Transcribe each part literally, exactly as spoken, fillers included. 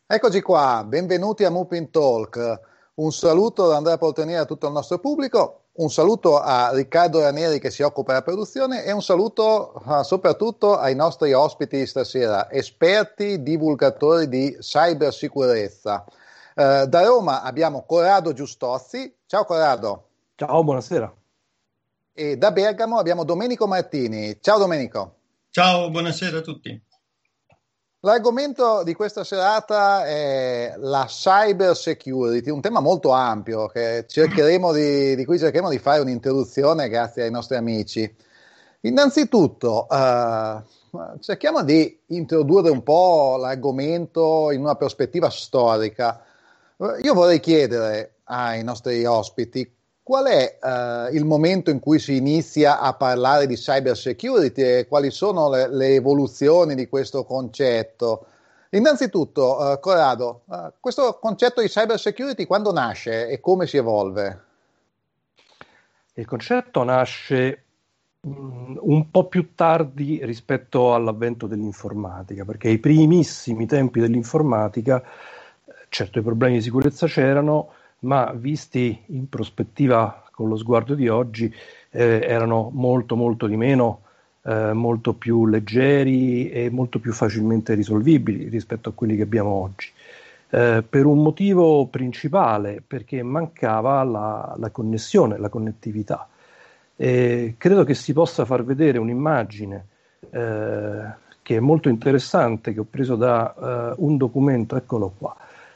Eccoci qua, benvenuti a Mupin Talk. Un saluto da Andrea Polteniere a tutto il nostro pubblico, un saluto a Riccardo Ranieri che si occupa della produzione e un saluto uh, soprattutto ai nostri ospiti stasera, esperti divulgatori di cybersicurezza. Uh, da Roma abbiamo Corrado Giustozzi. Ciao Corrado. Ciao, buonasera. E da Bergamo abbiamo Domenico Martini. Ciao Domenico. Ciao, buonasera a tutti. L'argomento di questa serata è la cyber security, un tema molto ampio che cercheremo di, di cui cercheremo di fare un'introduzione grazie ai nostri amici. Innanzitutto, eh, cerchiamo di introdurre un po' l'argomento in una prospettiva storica. Io vorrei chiedere ai nostri ospiti qual è eh, il momento in cui si inizia a parlare di cyber security e quali sono le, le evoluzioni di questo concetto? Innanzitutto, eh, Corrado, eh, questo concetto di cyber security quando nasce e come si evolve? Il concetto nasce mh, un po' più tardi rispetto all'avvento dell'informatica, perché ai primissimi tempi dell'informatica, certo i problemi di sicurezza c'erano, ma visti in prospettiva con lo sguardo di oggi eh, erano molto molto di meno, eh, molto più leggeri e molto più facilmente risolvibili rispetto a quelli che abbiamo oggi. Eh, per un motivo principale, perché mancava la, la connessione, la connettività. E credo che si possa far vedere un'immagine eh, che è molto interessante, che ho preso da uh, un documento, eccolo qua.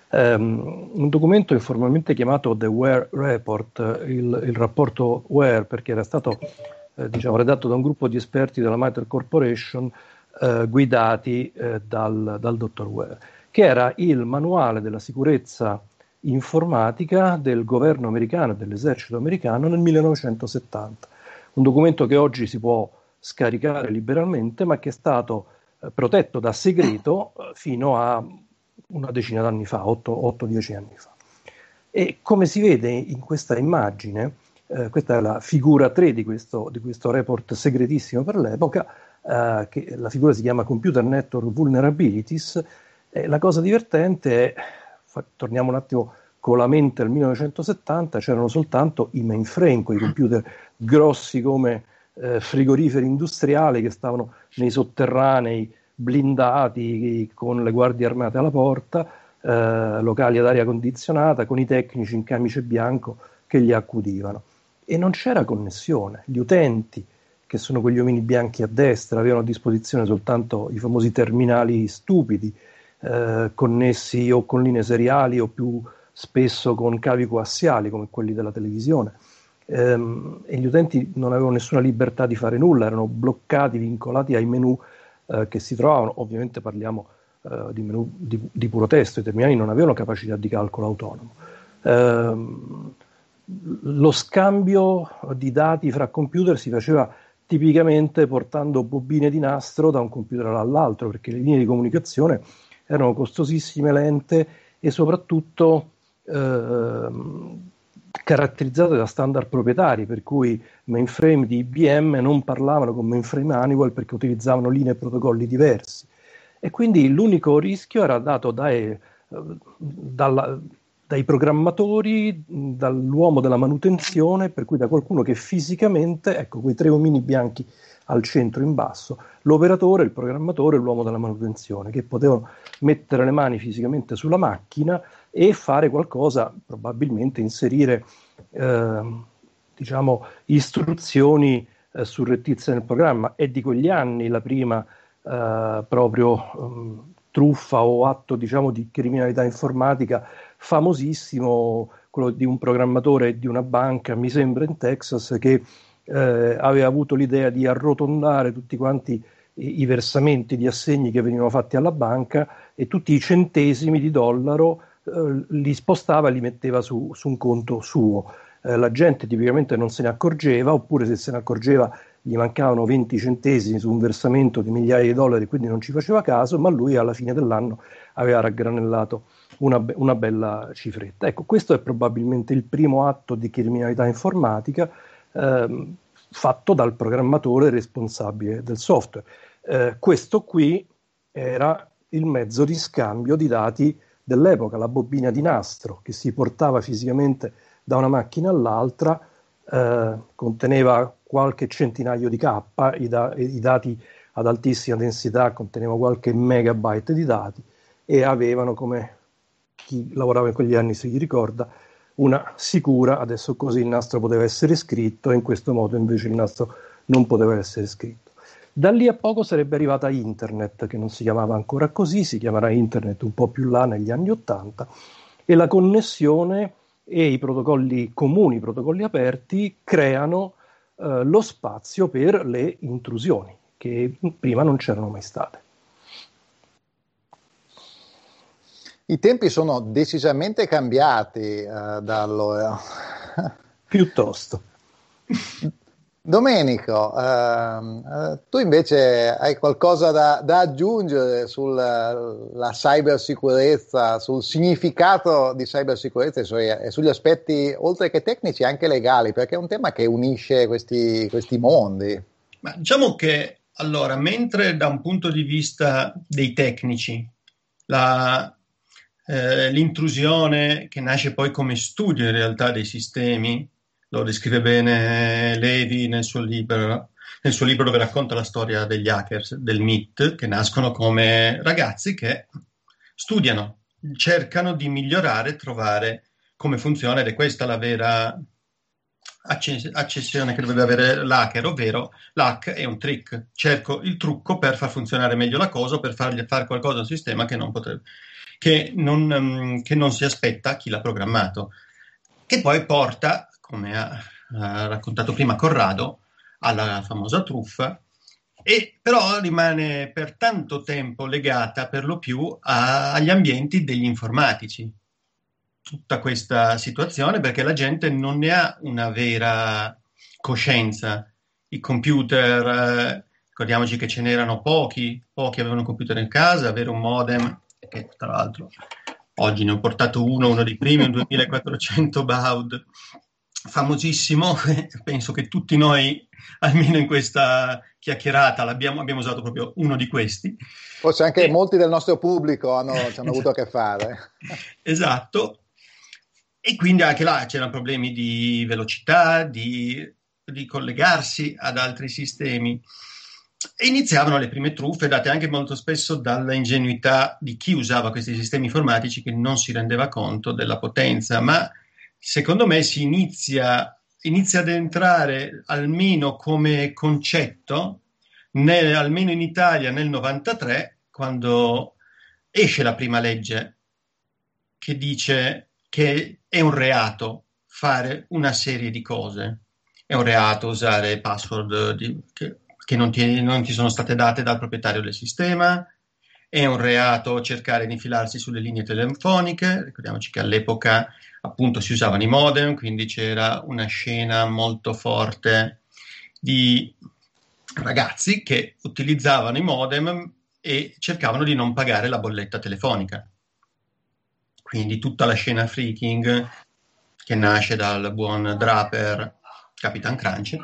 Um, un documento informalmente chiamato The Ware Report, il, il rapporto Ware, perché era stato eh, diciamo, redatto da un gruppo di esperti della Mitre Corporation eh, guidati eh, dal, dal dottor Ware, che era il manuale della sicurezza informatica del governo americano e dell'esercito americano nel millenovecentosettanta. Un documento che oggi si può scaricare liberalmente, ma che è stato eh, protetto da segreto eh, fino a una decina d'anni fa, otto dieci anni fa. E come si vede in questa immagine, eh, questa è la figura tre di questo, di questo report segretissimo per l'epoca, eh, che la figura si chiama Computer Network Vulnerabilities. E la cosa divertente è, fa, torniamo un attimo con la mente al millenovecentosettanta, c'erano soltanto i mainframe, quei computer grossi come eh, frigoriferi industriali che stavano nei sotterranei, blindati con le guardie armate alla porta, eh, locali ad aria condizionata, con i tecnici in camice bianco che li accudivano. E non c'era connessione. Gli utenti, che sono quegli omini bianchi a destra, avevano a disposizione soltanto i famosi terminali stupidi, eh, connessi o con linee seriali o più spesso con cavi coassiali, come quelli della televisione. Ehm, e gli utenti non avevano nessuna libertà di fare nulla, erano bloccati, vincolati ai menu Eh, che si trovavano. Ovviamente parliamo eh, di menu di, di puro testo, i terminali non avevano capacità di calcolo autonomo. Eh, lo scambio di dati fra computer si faceva tipicamente portando bobine di nastro da un computer all'altro, perché le linee di comunicazione erano costosissime, lente e soprattutto eh, caratterizzate da standard proprietari, per cui mainframe di I B M non parlavano con mainframe Honeywell perché utilizzavano linee e protocolli diversi. E quindi l'unico rischio era dato dai, eh, dalla, dai programmatori, dall'uomo della manutenzione, per cui da qualcuno che fisicamente, ecco, quei tre omini bianchi al centro in basso, l'operatore, il programmatore e l'uomo della manutenzione, che potevano mettere le mani fisicamente sulla macchina e fare qualcosa, probabilmente inserire eh, diciamo istruzioni eh, surrettizie nel programma. È di quegli anni la prima eh, proprio um, truffa o atto, diciamo, di criminalità informatica famosissimo, quello di un programmatore di una banca, mi sembra in Texas, che eh, aveva avuto l'idea di arrotondare tutti quanti i, i versamenti di assegni che venivano fatti alla banca e tutti i centesimi di dollaro eh, li spostava e li metteva su, su un conto suo. Eh, la gente tipicamente non se ne accorgeva, oppure se se ne accorgeva gli mancavano venti centesimi su un versamento di migliaia di dollari, quindi non ci faceva caso, ma lui alla fine dell'anno aveva raggranellato una, be- una bella cifretta. Ecco, questo è probabilmente il primo atto di criminalità informatica ehm, fatto dal programmatore responsabile del software. Eh, questo qui era il mezzo di scambio di dati dell'epoca, la bobina di nastro che si portava fisicamente da una macchina all'altra, eh, conteneva qualche centinaio di K, i, da- i dati ad altissima densità contenevano qualche megabyte di dati e avevano, come chi lavorava in quegli anni si ricorda, una sicura, adesso così il nastro poteva essere scritto e in questo modo invece il nastro non poteva essere scritto. Da lì a poco sarebbe arrivata Internet, che non si chiamava ancora così, si chiamerà Internet un po' più là negli anni Ottanta, e la connessione e i protocolli comuni, i protocolli aperti, creano eh, lo spazio per le intrusioni, che prima non c'erano mai state. I tempi sono decisamente cambiati eh, da allora. Piuttosto. Domenico, ehm, eh, tu invece hai qualcosa da, da aggiungere sulla cybersicurezza, sul significato di cybersicurezza e, sui, e sugli aspetti, oltre che tecnici, anche legali, perché è un tema che unisce questi, questi mondi. Ma diciamo che, allora, mentre da un punto di vista dei tecnici, la, eh, l'intrusione che nasce poi come studio in realtà dei sistemi, lo descrive bene Levi nel suo libro, nel suo libro dove racconta la storia degli hackers, del M I T, che nascono come ragazzi che studiano, cercano di migliorare, trovare come funziona, ed è questa la vera accessione che dovrebbe avere l'hacker, ovvero l'hack è un trick, cerco il trucco per far funzionare meglio la cosa, per fargli fare qualcosa a un sistema che non potrebbe, che non, um, che non si aspetta chi l'ha programmato, che poi porta, come ha, ha raccontato prima Corrado, alla famosa truffa, e però rimane per tanto tempo legata per lo più a, agli ambienti degli informatici, tutta questa situazione, perché la gente non ne ha una vera coscienza. I computer, eh, ricordiamoci che ce n'erano pochi, pochi avevano un computer in casa, avere un modem, che tra l'altro oggi ne ho portato uno, uno dei primi, un duemilaquattrocento baud, famosissimo, penso che tutti noi, almeno in questa chiacchierata, l'abbiamo, abbiamo usato proprio uno di questi. Forse anche e... molti del nostro pubblico hanno, ci hanno avuto a che fare. Esatto. E quindi anche là c'erano problemi di velocità, di, di collegarsi ad altri sistemi. E iniziavano le prime truffe, date anche molto spesso dalla ingenuità di chi usava questi sistemi informatici, che non si rendeva conto della potenza. Ma secondo me si inizia, inizia ad entrare, almeno come concetto, nel, almeno in Italia nel novantatré, quando esce la prima legge che dice che è un reato fare una serie di cose. È un reato usare password di, che, che non, ti, non ti sono state date dal proprietario del sistema, è un reato cercare di infilarsi sulle linee telefoniche. Ricordiamoci che all'epoca appunto si usavano i modem, quindi c'era una scena molto forte di ragazzi che utilizzavano i modem e cercavano di non pagare la bolletta telefonica. Quindi tutta la scena phreaking che nasce dal buon Draper, Capitan Crunch,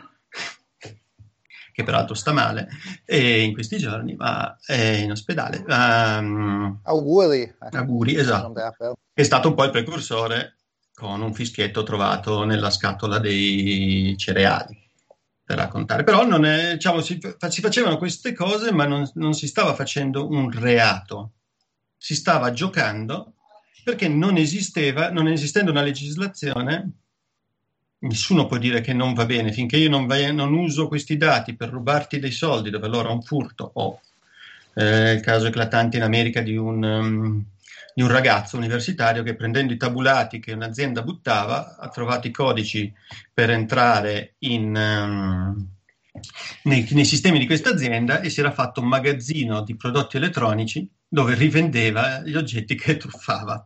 che peraltro sta male e in questi giorni, ma è in ospedale. Um, auguri. Auguri, esatto. È stato un po' il precursore con un fischietto trovato nella scatola dei cereali, per raccontare. Però non è, diciamo, si, si facevano queste cose, ma non, non si stava facendo un reato. Si stava giocando, perché non esisteva, non esistendo una legislazione, nessuno può dire che non va bene finché io non, vai, non uso questi dati per rubarti dei soldi, dove allora è un furto. O eh, il caso eclatante in America di un, um, di un ragazzo universitario che, prendendo i tabulati che un'azienda buttava, ha trovato i codici per entrare in, um, nei, nei sistemi di questa azienda e si era fatto un magazzino di prodotti elettronici dove rivendeva gli oggetti che truffava,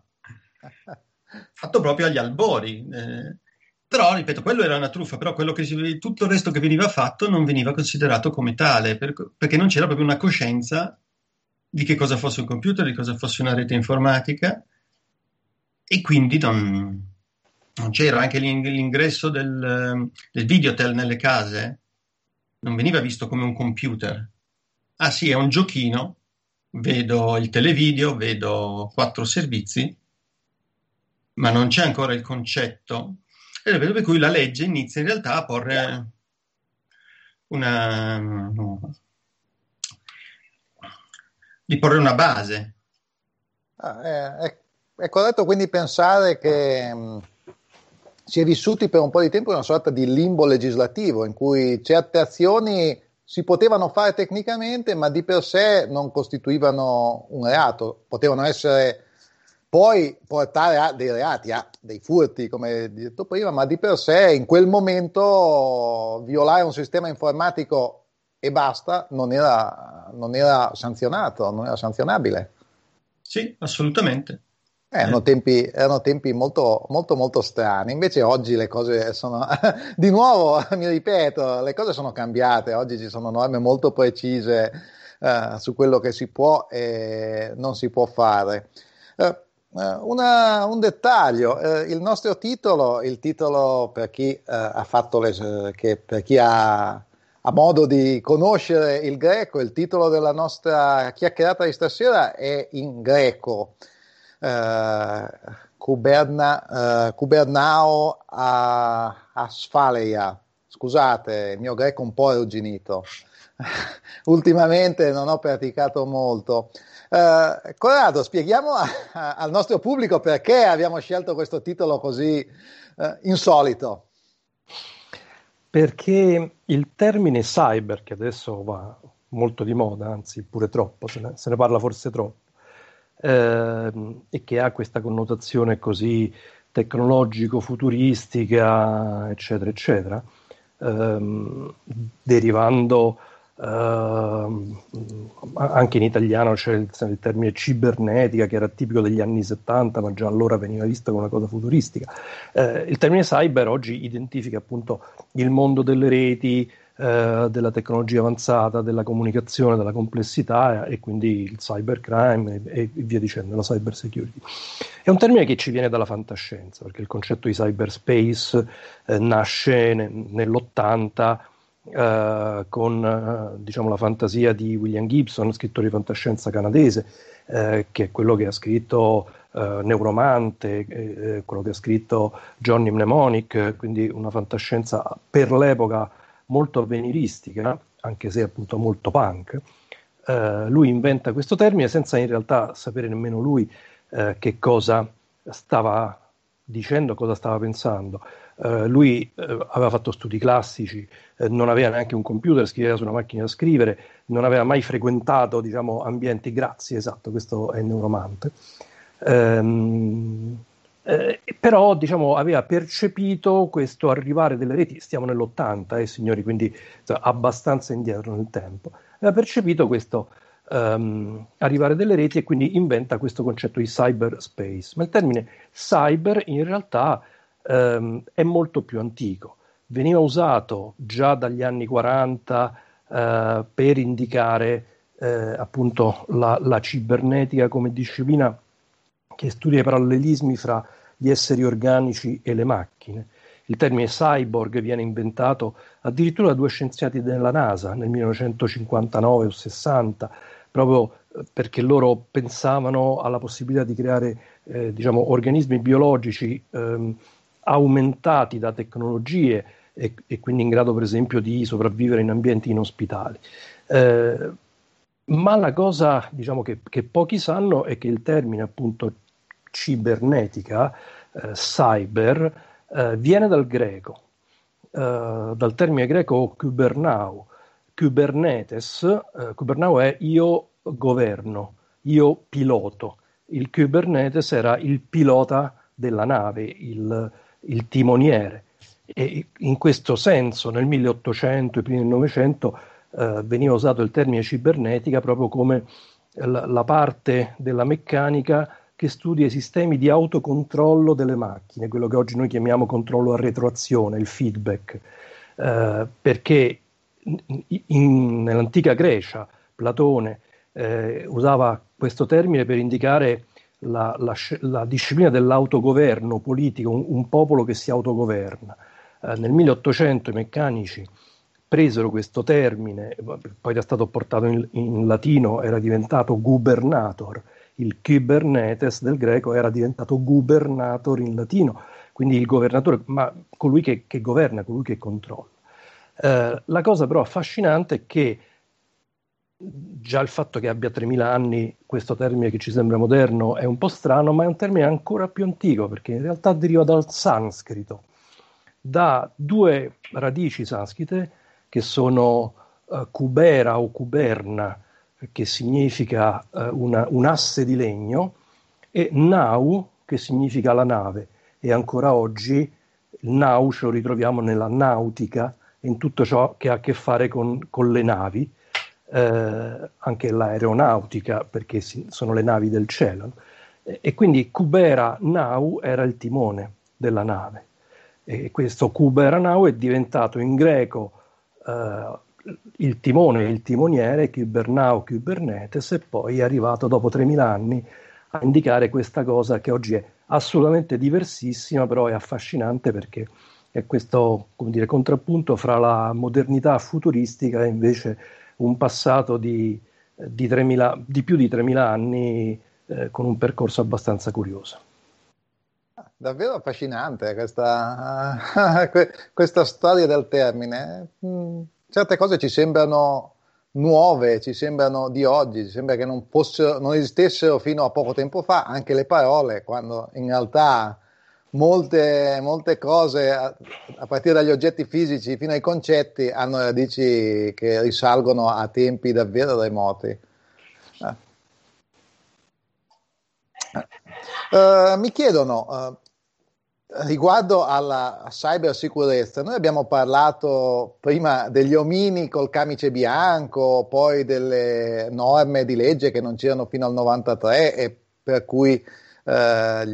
fatto proprio agli albori. Eh, però, ripeto, quello era una truffa, però quello che si, tutto il resto che veniva fatto non veniva considerato come tale, per, perché non c'era proprio una coscienza di che cosa fosse un computer, di cosa fosse una rete informatica, e quindi non, non c'era. Anche l'ingresso del, del Videotel nelle case non veniva visto come un computer. Ah sì, è un giochino, vedo il televideo, vedo quattro servizi, ma non c'è ancora il concetto. E per cui la legge inizia in realtà a porre una, di porre una base. Ah, è, è- è corretto quindi pensare che mh, si è vissuti per un po' di tempo in una sorta di limbo legislativo in cui certe azioni si potevano fare tecnicamente, ma di per sé non costituivano un reato, potevano essere poi portare a dei reati, a dei furti, come detto prima, ma di per sé in quel momento violare un sistema informatico e basta non era, non era sanzionato, non era sanzionabile. Sì, assolutamente. Eh, Eh, erano tempi, erano tempi molto, molto, molto strani. Invece oggi le cose sono, di nuovo, mi ripeto, le cose sono cambiate. Oggi ci sono norme molto precise, eh, su quello che si può e non si può fare. Eh, eh, una- un dettaglio, eh, il nostro titolo, il titolo per chi, eh, ha fatto le, che per chi ha, ha modo di conoscere il greco, il titolo della nostra chiacchierata di stasera è in greco. Eh, Kuberna, eh, Kubernao a Asfaleia. Scusate, il mio greco è un po' arrugginito. Ultimamente non ho praticato molto. Eh, Corrado, spieghiamo a- a- al nostro pubblico perché abbiamo scelto questo titolo così eh, insolito. Perché il termine cyber, che adesso va molto di moda, anzi pure troppo, se ne, se ne parla forse troppo, ehm, e che ha questa connotazione così tecnologico-futuristica, eccetera, eccetera, ehm, derivando ehm, anche in italiano c'è il, il termine cibernetica che era tipico degli anni settanta, ma già allora veniva visto come una cosa futuristica. Eh, il termine cyber oggi identifica appunto il mondo delle reti, eh, della tecnologia avanzata, della comunicazione, della complessità e quindi il cybercrime e, e via dicendo, la cyber security. È un termine che ci viene dalla fantascienza, perché il concetto di cyberspace eh, nasce ne, nell'ottanta eh, con eh, diciamo, la fantasia di William Gibson, scrittore di fantascienza canadese, eh, che è quello che ha scritto eh, Neuromante, eh, quello che ha scritto Johnny Mnemonic, quindi una fantascienza per l'epoca molto avveniristica, anche se appunto molto punk. Eh, lui inventa questo termine senza in realtà sapere nemmeno lui eh, che cosa stava dicendo, cosa stava pensando. Eh, lui eh, aveva fatto studi classici, eh, non aveva neanche un computer, scriveva su una macchina da scrivere, non aveva mai frequentato, diciamo, ambienti, grazie, esatto, questo è Neuromante. Ehm, eh, però, diciamo, aveva percepito questo arrivare delle reti, stiamo nell'ottanta, eh, signori, quindi cioè, abbastanza indietro nel tempo, aveva percepito questo ehm, arrivare delle reti e quindi inventa questo concetto di cyberspace. Ma il termine cyber in realtà ehm, è molto più antico. Veniva usato già dagli anni quaranta eh, per indicare eh, appunto la, la cibernetica come disciplina che studia i parallelismi fra gli esseri organici e le macchine. Il termine cyborg viene inventato addirittura da due scienziati della NASA nel millenovecentocinquantanove o sessanta, proprio eh, perché loro pensavano alla possibilità di creare eh, diciamo, organismi biologici ehm, aumentati da tecnologie e, e, quindi in grado per esempio di sopravvivere in ambienti inospitali. Eh, ma la cosa diciamo, che, che pochi sanno è che il termine appunto cibernetica, eh, cyber, eh, viene dal greco, eh, dal termine greco kubernao. Kubernetes, eh, kubernao è io governo, io piloto. Il Kubernetes era il pilota della nave, il, il timoniere. E in questo senso, nel milleottocento e primi del Novecento, eh, veniva usato il termine cibernetica proprio come la, la parte della meccanica che studia i sistemi di autocontrollo delle macchine, quello che oggi noi chiamiamo controllo a retroazione, il feedback, eh, perché in, in, nell'antica Grecia Platone eh, usava questo termine per indicare la, la, la disciplina dell'autogoverno politico, un, un popolo che si autogoverna. Eh, nel milleottocento i meccanici presero questo termine, poi era stato portato in, in latino, era diventato gubernator, il Kybernetes del greco era diventato gubernator in latino, quindi il governatore, ma colui che, che governa, colui che controlla. Eh, la cosa però affascinante è che già il fatto che abbia tremila anni, questo termine che ci sembra moderno, è un po' strano, ma è un termine ancora più antico, perché in realtà deriva dal sanscrito, da due radici sanscrite che sono uh, kubera o kuberna, che significa uh, una, un asse di legno, e nau, che significa la nave. E ancora oggi il nau ce lo ritroviamo nella nautica, in tutto ciò che ha a che fare con, con le navi, eh, anche l'aeronautica, perché si, sono le navi del cielo. E, e quindi Kubera Nau era il timone della nave. E questo Kubera Nau è diventato in greco eh, il timone e il timoniere, Kybernau, Kybernetes, e poi è arrivato dopo tremila anni a indicare questa cosa che oggi è assolutamente diversissima, però è affascinante perché è questo, come dire, contrappunto fra la modernità futuristica e invece un passato di, di, tremila, di più di tremila anni eh, con un percorso abbastanza curioso. Davvero affascinante questa, questa storia del termine. Certe cose ci sembrano nuove, ci sembrano di oggi, ci sembra che non fossero, non esistessero fino a poco tempo fa, anche le parole, quando in realtà molte, molte cose, a, a partire dagli oggetti fisici fino ai concetti, hanno radici che risalgono a tempi davvero remoti. Eh. Uh, mi chiedono uh, riguardo alla cybersicurezza, noi abbiamo parlato prima degli omini col camice bianco, poi delle norme di legge che non c'erano fino al novantatré e per cui uh,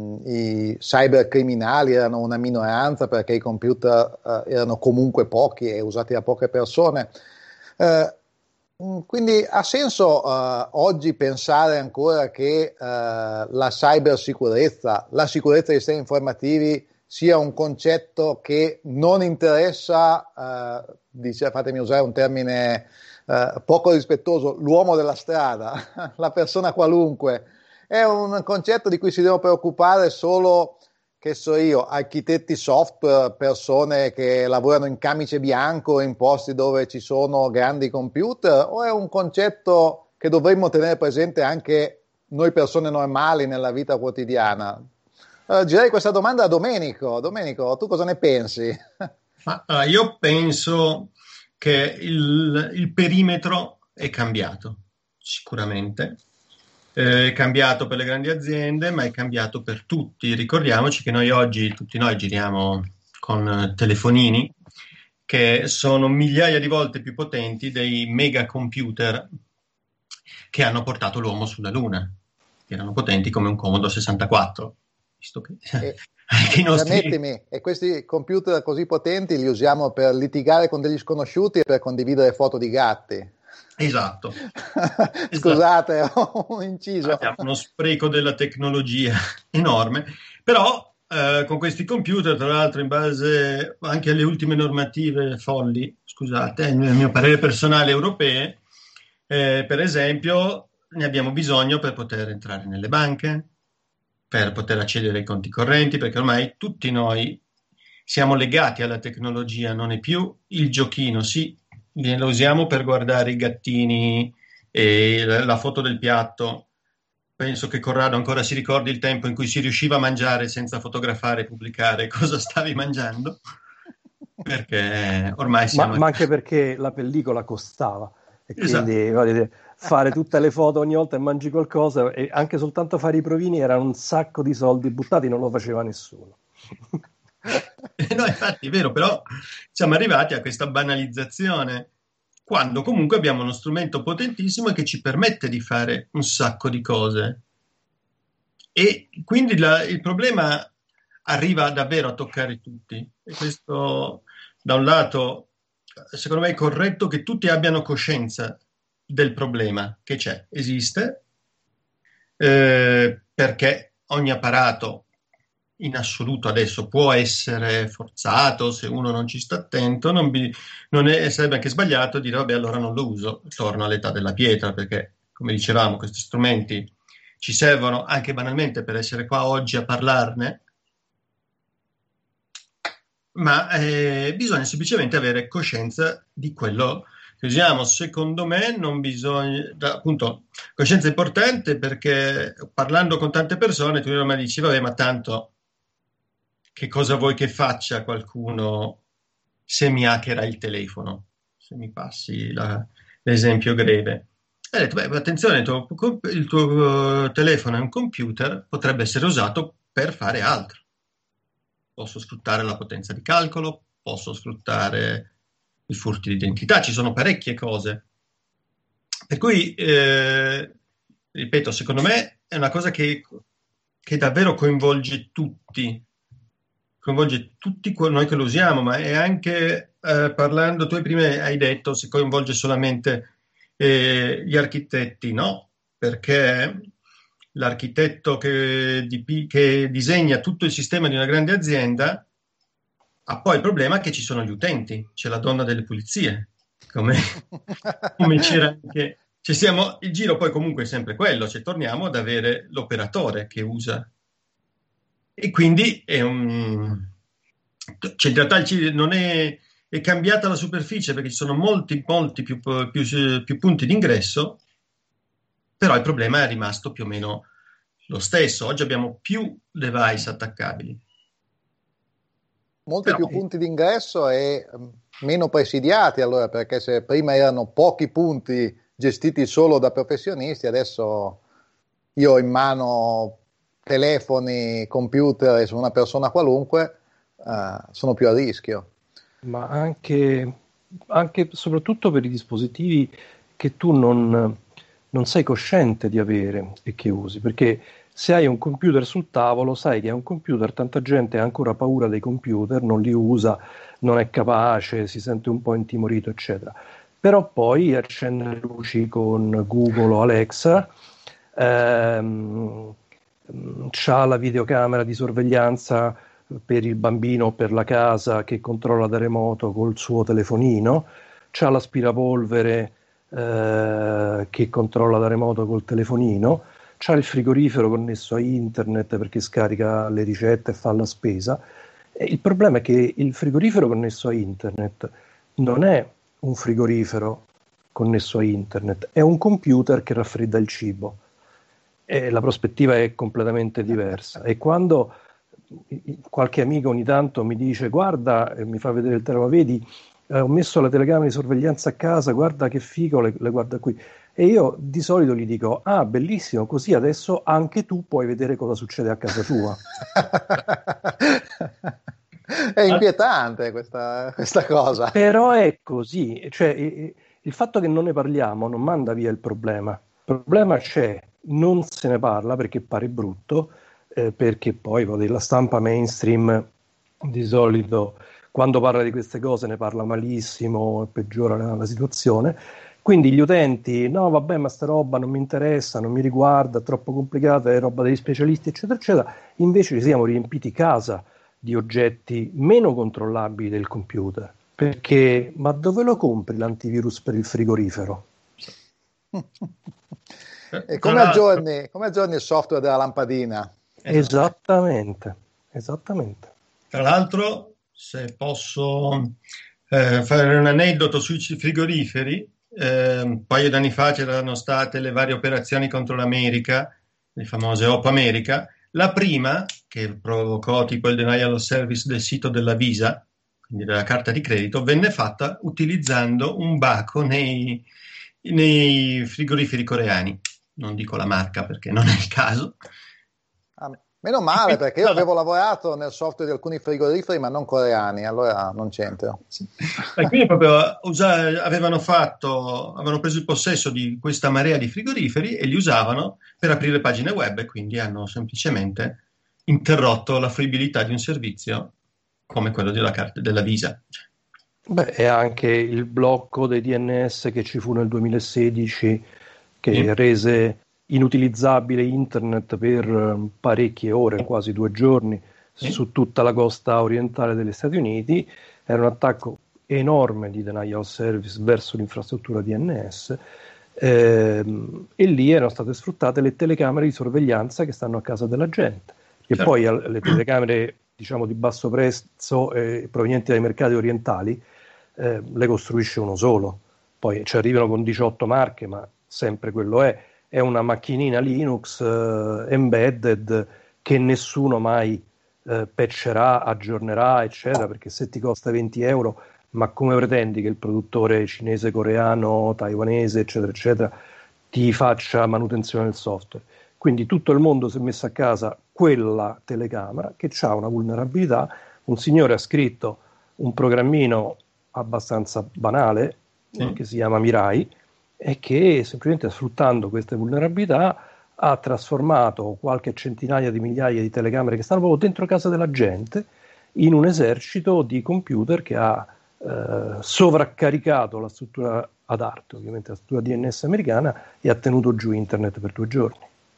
i cybercriminali erano una minoranza perché i computer uh, erano comunque pochi e usati da poche persone. Uh, Quindi ha senso uh, oggi pensare ancora che uh, la cybersicurezza, la sicurezza dei sistemi informativi sia un concetto che non interessa, uh, dice, fatemi usare un termine uh, poco rispettoso, l'uomo della strada, la persona qualunque. È un concetto di cui si deve preoccupare solo, che so io, architetti software, persone che lavorano in camice bianco in posti dove ci sono grandi computer, o è un concetto che dovremmo tenere presente anche noi persone normali nella vita quotidiana? Allora, girei questa domanda a Domenico. Domenico, tu cosa ne pensi? Ma, allora, io penso che il, il perimetro è cambiato, sicuramente. È cambiato per le grandi aziende, ma è cambiato per tutti. Ricordiamoci che noi oggi, tutti noi giriamo con telefonini che sono migliaia di volte più potenti dei mega computer che hanno portato l'uomo sulla Luna, che erano potenti come un Commodore sessantaquattro. Visto che E, i nostri... Permettimi, e questi computer così potenti li usiamo per litigare con degli sconosciuti e per condividere foto di gatti. Esatto. Scusate, esatto. Ho un inciso. Abbiamo uno spreco della tecnologia enorme, però eh, con questi computer, tra l'altro in base anche alle ultime normative folli, scusate, il mio parere personale, europee, eh, per esempio, ne abbiamo bisogno per poter entrare nelle banche, per poter accedere ai conti correnti, perché ormai tutti noi siamo legati alla tecnologia, non è più il giochino, sì, lo usiamo per guardare i gattini e la foto del piatto. Penso che Corrado ancora si ricordi il tempo in cui si riusciva a mangiare senza fotografare e pubblicare cosa stavi mangiando, perché ormai siamo... Ma, ma anche perché la pellicola costava e Esatto. quindi volete, fare tutte le foto ogni volta che mangi qualcosa e anche soltanto fare i provini era un sacco di soldi buttati, non lo faceva nessuno. No, infatti è vero, però siamo arrivati a questa banalizzazione quando comunque abbiamo uno strumento potentissimo che ci permette di fare un sacco di cose. E quindi la, il problema arriva davvero a toccare tutti. E questo, da un lato, secondo me è corretto che tutti abbiano coscienza del problema che c'è, esiste, eh, perché ogni apparato in assoluto adesso può essere forzato se uno non ci sta attento, non, bi- non è, sarebbe anche sbagliato dire vabbè allora non lo uso, torno all'età della pietra, perché come dicevamo questi strumenti ci servono anche banalmente per essere qua oggi a parlarne, ma eh, bisogna semplicemente avere coscienza di quello che usiamo. Secondo me non bisogna, da- appunto, coscienza è importante perché parlando con tante persone tu mi dici vabbè ma tanto che cosa vuoi che faccia qualcuno se mi hackera il telefono, se mi passi la- l'esempio greve. E ho detto, beh, attenzione, il tuo, il tuo telefono è un computer, potrebbe essere usato per fare altro. Posso sfruttare la potenza di calcolo, posso sfruttare i furti di identità, ci sono parecchie cose. Per cui, eh, ripeto, secondo me è una cosa che, che davvero coinvolge tutti, coinvolge tutti noi che lo usiamo, ma è anche, eh, parlando, tu prima hai detto se coinvolge solamente eh, gli architetti, no, perché l'architetto che, dipi- che disegna tutto il sistema di una grande azienda ha poi il problema che ci sono gli utenti, c'è la donna delle pulizie, come, come c'era anche. Cioè siamo, il giro poi comunque è sempre quello, cioè torniamo ad avere l'operatore che usa. E quindi è un. Cioè in realtà il ci- non è, è cambiata la superficie perché ci sono molti, molti più, più, più punti d'ingresso, però il problema è rimasto più o meno lo stesso. Oggi abbiamo più device attaccabili. Molti Però, più punti d'ingresso e mm, meno presidiati, allora, perché se prima erano pochi punti gestiti solo da professionisti, adesso io ho in mano telefoni, computer e sono una persona qualunque, eh, sono più a rischio. Ma anche, anche soprattutto per i dispositivi che tu non, non sei cosciente di avere e che usi, perché se hai un computer sul tavolo sai che è un computer, tanta gente ha ancora paura dei computer, non li usa, non è capace, si sente un po' intimorito, eccetera. Però poi accende le luci con Google o Alexa, ehm, c'ha la videocamera di sorveglianza per il bambino o per la casa che controlla da remoto col suo telefonino, c'ha l'aspirapolvere eh, che controlla da remoto col telefonino, c'ha il frigorifero connesso a internet perché scarica le ricette e fa la spesa. E il problema è che il frigorifero connesso a internet non è un frigorifero connesso a internet, è un computer che raffredda il cibo. E la prospettiva è completamente diversa. E quando qualche amico ogni tanto mi dice guarda, e mi fa vedere il telefono, vedi, eh, ho messo la telecamera di sorveglianza a casa, guarda che figo, le, le guarda qui. E io di solito gli dico, ah, bellissimo, così adesso anche tu puoi vedere cosa succede a casa tua. È inquietante questa, questa cosa. Però è così, cioè il fatto che non ne parliamo non manda via il problema. Il problema c'è, non se ne parla perché pare brutto, eh, perché poi la stampa mainstream di solito quando parla di queste cose ne parla malissimo e peggiora la, la situazione. Quindi gli utenti, no vabbè ma sta roba non mi interessa, non mi riguarda, è troppo complicata, è roba degli specialisti eccetera eccetera, invece ci siamo riempiti casa di oggetti meno controllabili del computer, perché ma dove lo compri l'antivirus per il frigorifero? E come aggiorni, come aggiorni il software della lampadina? Esatto. Esattamente, esattamente. Tra l'altro, se posso eh, fare un aneddoto sui frigoriferi, eh, un paio d'anni fa c'erano state le varie operazioni contro l'America, le famose Op America. La prima, che provocò tipo il denial of service del sito della Visa, quindi della carta di credito, venne fatta utilizzando un baco nei, nei frigoriferi coreani. Non dico la marca perché non è il caso. Ah, meno male, perché io avevo lavorato nel software di alcuni frigoriferi, ma non coreani, allora non c'entro. E quindi proprio usa- avevano fatto, avevano preso il possesso di questa marea di frigoriferi e li usavano per aprire pagine web e quindi hanno semplicemente interrotto la fruibilità di un servizio come quello della, carta, della Visa. Beh, e anche il blocco dei D N S che ci fu nel duemilasedici che Sì. rese inutilizzabile internet per parecchie ore, quasi due giorni, su tutta la costa orientale degli Stati Uniti. Era un attacco enorme di denial of service verso l'infrastruttura D N S, ehm, e lì erano state sfruttate le telecamere di sorveglianza che stanno a casa della gente, che certo. Poi le telecamere, diciamo, di basso prezzo eh, provenienti dai mercati orientali eh, le costruisce uno solo, poi ci arrivano con diciotto marche, ma sempre quello è, è una macchinina Linux eh, embedded che nessuno mai eh, patcherà, aggiornerà, eccetera, perché se ti costa venti euro, ma come pretendi che il produttore cinese, coreano, taiwanese, eccetera, eccetera, ti faccia manutenzione del software? Quindi tutto il mondo si è messo a casa quella telecamera che ha una vulnerabilità. Un signore ha scritto un programmino abbastanza banale, sì. che si chiama Mirai, e che semplicemente sfruttando queste vulnerabilità ha trasformato qualche centinaia di migliaia di telecamere che stanno proprio dentro casa della gente in un esercito di computer che ha eh, sovraccaricato la struttura ad arte, ovviamente la struttura D N S americana, e ha tenuto giù internet per due giorni.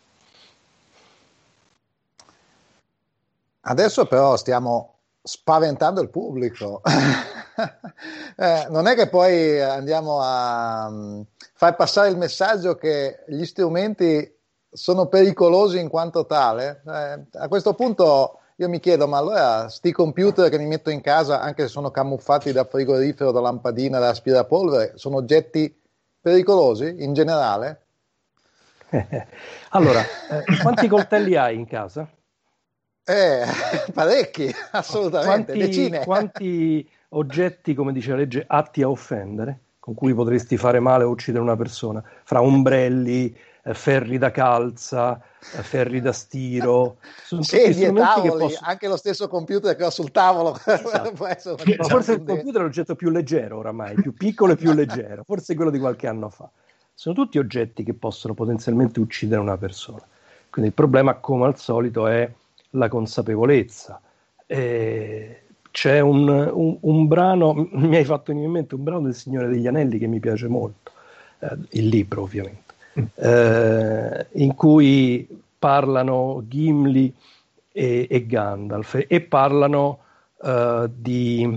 Adesso però stiamo spaventando il pubblico. eh, non è che poi andiamo a um, far passare il messaggio che gli strumenti sono pericolosi in quanto tale? Eh, a questo punto io mi chiedo, ma allora sti computer che mi metto in casa, anche se sono camuffati da frigorifero, da lampadina, da aspirapolvere, sono oggetti pericolosi in generale? Allora, eh, quanti coltelli hai in casa? Eh, parecchi, assolutamente, quanti, decine. Quanti oggetti, come dice la legge, atti a offendere, con cui potresti fare male o uccidere una persona? Fra ombrelli, eh, ferri da calza, eh, ferri da stiro, sono sedie, tavoli, che possono... anche lo stesso computer che ho sul tavolo. Esatto. Può essere una forse il computer è l'oggetto più leggero oramai, più piccolo e più leggero, forse quello di qualche anno fa. Sono tutti oggetti che possono potenzialmente uccidere una persona. Quindi il problema, come al solito, è la consapevolezza. Eh, c'è un, un, un brano, mi hai fatto in mente un brano del Signore degli Anelli che mi piace molto, eh, il libro ovviamente, eh, in cui parlano Gimli e, e Gandalf e parlano uh, di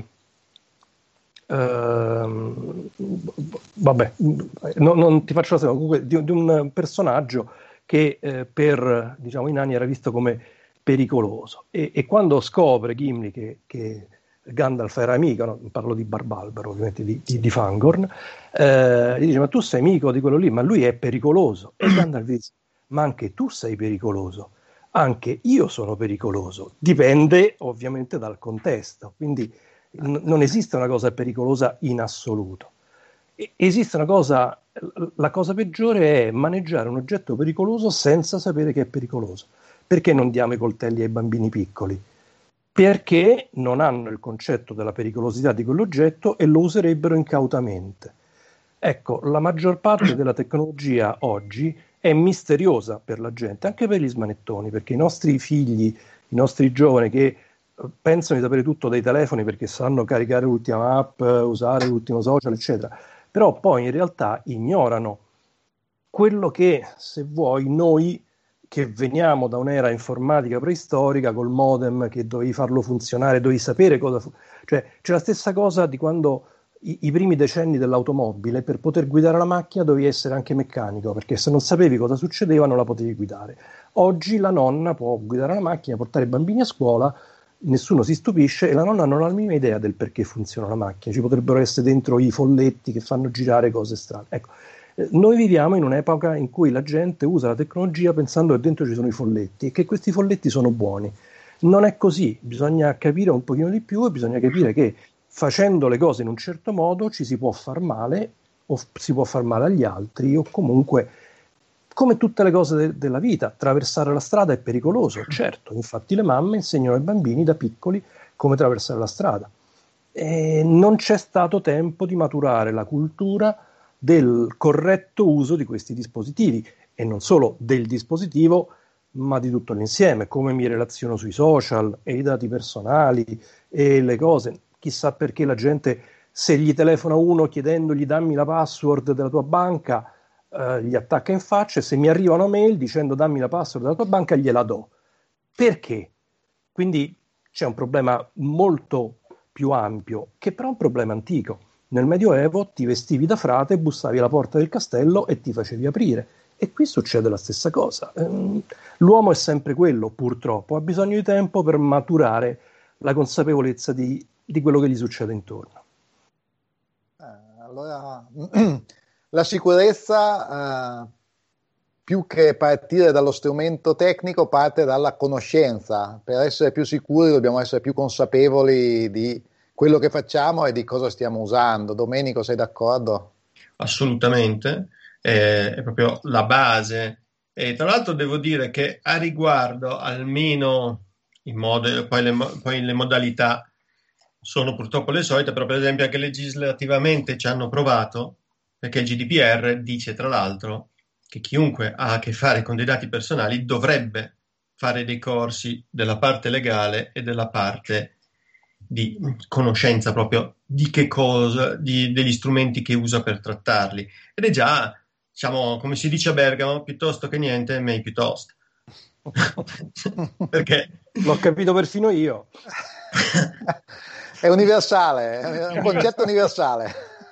uh, vabbè, no, non ti faccio la seconda, comunque di, di un personaggio che eh, per, diciamo, i nani era visto come pericoloso, e, e quando scopre Gimli che, che Gandalf era amico, no? Parlo di Barbalbero ovviamente, di, di, di Fangorn, eh, gli dice: ma tu sei amico di quello lì, ma lui è pericoloso, e Gandalf dice: ma anche tu sei pericoloso, anche io sono pericoloso, dipende ovviamente dal contesto, quindi n- non esiste una cosa pericolosa in assoluto. E- esiste una cosa, la cosa peggiore è maneggiare un oggetto pericoloso senza sapere che è pericoloso. Perché non diamo i coltelli ai bambini piccoli? Perché non hanno il concetto della pericolosità di quell'oggetto e lo userebbero incautamente. Ecco, la maggior parte della tecnologia oggi è misteriosa per la gente, anche per gli smanettoni, perché i nostri figli, i nostri giovani che pensano di sapere tutto dai telefoni perché sanno caricare l'ultima app, usare l'ultimo social, eccetera, però poi in realtà ignorano quello che, se vuoi, noi che veniamo da un'era informatica preistorica col modem che dovevi farlo funzionare, dovevi sapere cosa fu- cioè c'è la stessa cosa di quando i, i primi decenni dell'automobile, per poter guidare la macchina dovevi essere anche meccanico, perché se non sapevi cosa succedeva non la potevi guidare. Oggi la nonna può guidare la macchina, portare i bambini a scuola, nessuno si stupisce e la nonna non ha la minima idea del perché funziona la macchina, ci potrebbero essere dentro i folletti che fanno girare cose strane. Ecco, noi viviamo in un'epoca in cui la gente usa la tecnologia pensando che dentro ci sono i folletti e che questi folletti sono buoni. Non è così, bisogna capire un pochino di più e bisogna capire che facendo le cose in un certo modo ci si può far male o si può far male agli altri, o comunque, come tutte le cose de- della vita, attraversare la strada è pericoloso, certo, infatti le mamme insegnano ai bambini da piccoli come attraversare la strada. E non c'è stato tempo di maturare la cultura del corretto uso di questi dispositivi, e non solo del dispositivo ma di tutto l'insieme, come mi relaziono sui social e i dati personali e le cose. Chissà perché la gente, se gli telefona uno chiedendogli dammi la password della tua banca, eh, gli attacca in faccia, e se mi arriva una mail dicendo dammi la password della tua banca gliela do. Perché? Quindi c'è un problema molto più ampio, che però è un problema antico. Nel Medioevo ti vestivi da frate, bussavi alla porta del castello e ti facevi aprire. E qui succede la stessa cosa. L'uomo è sempre quello, purtroppo, ha bisogno di tempo per maturare la consapevolezza di, di quello che gli succede intorno. Eh, allora, la sicurezza, eh, più che partire dallo strumento tecnico, parte dalla conoscenza. Per essere più sicuri dobbiamo essere più consapevoli di quello che facciamo e di cosa stiamo usando. Domenico, sei d'accordo? Assolutamente, eh, è proprio la base. E tra l'altro devo dire che a riguardo, almeno in modo, poi le, poi le modalità sono purtroppo le solite, però per esempio anche legislativamente ci hanno provato, perché il G D P R dice tra l'altro che chiunque ha a che fare con dei dati personali dovrebbe fare dei corsi della parte legale e della parte di conoscenza proprio di che cosa, di, degli strumenti che usa per trattarli. Ed è già, diciamo, come si dice a Bergamo, piuttosto che niente, may piuttosto. Perché? L'ho capito perfino io. È universale, è un concetto universale.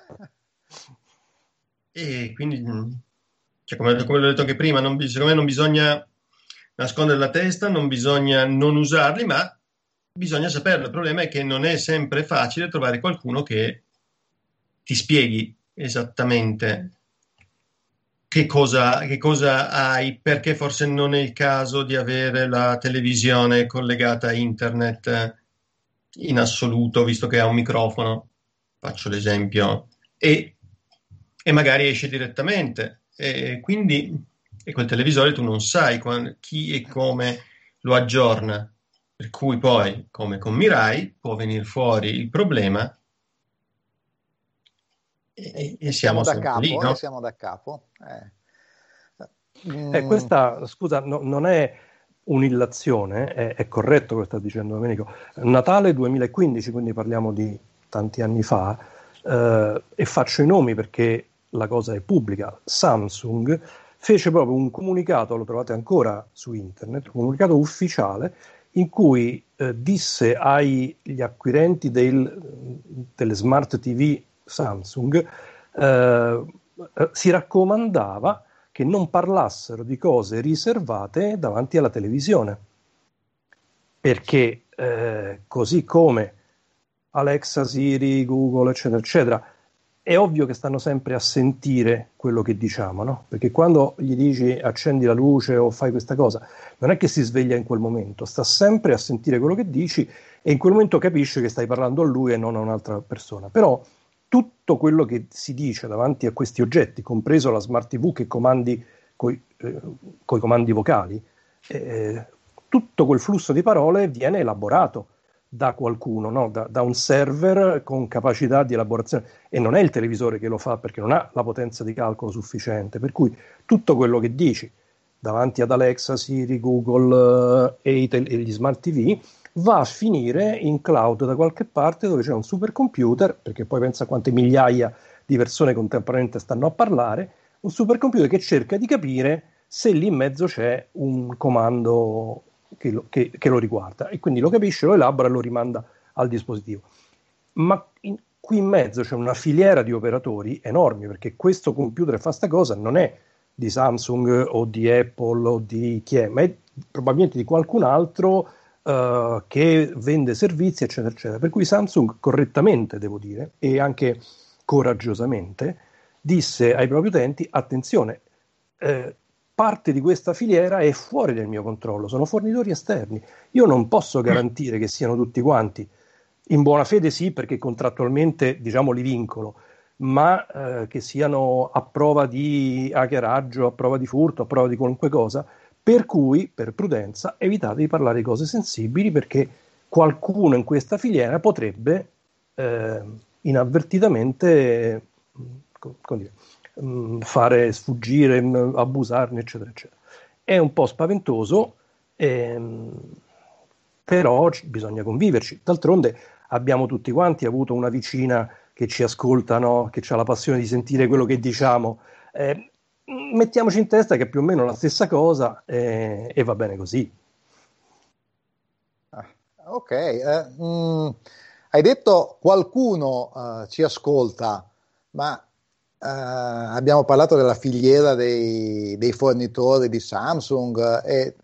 E quindi, cioè, come, come l'ho detto anche prima, non, secondo me non bisogna nascondere la testa, non bisogna non usarli, ma bisogna saperlo. Il problema è che non è sempre facile trovare qualcuno che ti spieghi esattamente che cosa, che cosa hai, perché forse non è il caso di avere la televisione collegata a internet in assoluto, visto che ha un microfono, faccio l'esempio, e, e magari esce direttamente. E quindi e quel televisore tu non sai quando, chi e come lo aggiorna. Per cui poi, come con Mirai, può venire fuori il problema e, e siamo, Siamo da sempre lì, capo, no? eh, siamo da capo. Eh. Eh, Mm, questa, scusa, no- non è un'illazione, è, è corretto quello che sta dicendo Domenico. Natale duemilaquindici, quindi parliamo di tanti anni fa, eh, e faccio i nomi perché la cosa è pubblica. Samsung fece proprio un comunicato, lo trovate ancora su internet, un comunicato ufficiale in cui eh, disse agli acquirenti del, delle smart T V Samsung, eh, eh, si raccomandava che non parlassero di cose riservate davanti alla televisione, perché eh, così come Alexa, Siri, Google, eccetera, eccetera, è ovvio che stanno sempre a sentire quello che diciamo, no? Perché quando gli dici accendi la luce o fai questa cosa, non è che si sveglia in quel momento, sta sempre a sentire quello che dici e in quel momento capisce che stai parlando a lui e non a un'altra persona. Però tutto quello che si dice davanti a questi oggetti, compreso la smart T V che comandi coi, eh, coi comandi vocali, eh, tutto quel flusso di parole viene elaborato da qualcuno, no? da, da un server con capacità di elaborazione, e non è il televisore che lo fa perché non ha la potenza di calcolo sufficiente, per cui tutto quello che dici davanti ad Alexa, Siri, Google eh, e, i te- e gli smart T V va a finire in cloud da qualche parte dove c'è un supercomputer, perché poi pensa a quante migliaia di persone contemporaneamente stanno a parlare, un supercomputer che cerca di capire se lì in mezzo c'è un comando che lo, che, che lo riguarda, e quindi lo capisce, lo elabora e lo rimanda al dispositivo. Ma in, qui in mezzo c'è una filiera di operatori enormi, perché questo computer che fa sta cosa non è di Samsung o di Apple o di chi è, ma è probabilmente di qualcun altro uh, che vende servizi, eccetera, eccetera. Per cui Samsung correttamente, devo dire, e anche coraggiosamente, disse ai propri utenti: attenzione, eh, parte di questa filiera è fuori del mio controllo, sono fornitori esterni, io non posso garantire che siano tutti quanti. In buona fede sì, perché contrattualmente, diciamo, li vincolo, ma eh, che siano a prova di hackeraggio, a prova di furto, a prova di qualunque cosa, per cui, per prudenza, evitate di parlare di cose sensibili, perché qualcuno in questa filiera potrebbe eh, inavvertitamente come dire, fare sfuggire, abusarne, eccetera, eccetera. È un po' spaventoso, ehm, però bisogna conviverci. D'altronde abbiamo tutti quanti avuto una vicina che ci ascolta, no? Che ha la passione di sentire quello che diciamo. Eh, mettiamoci in testa che è più o meno la stessa cosa eh, e va bene così. ok. Eh, mh, hai detto qualcuno uh, ci ascolta, ma uh, abbiamo parlato della filiera dei, dei fornitori di Samsung, eh, e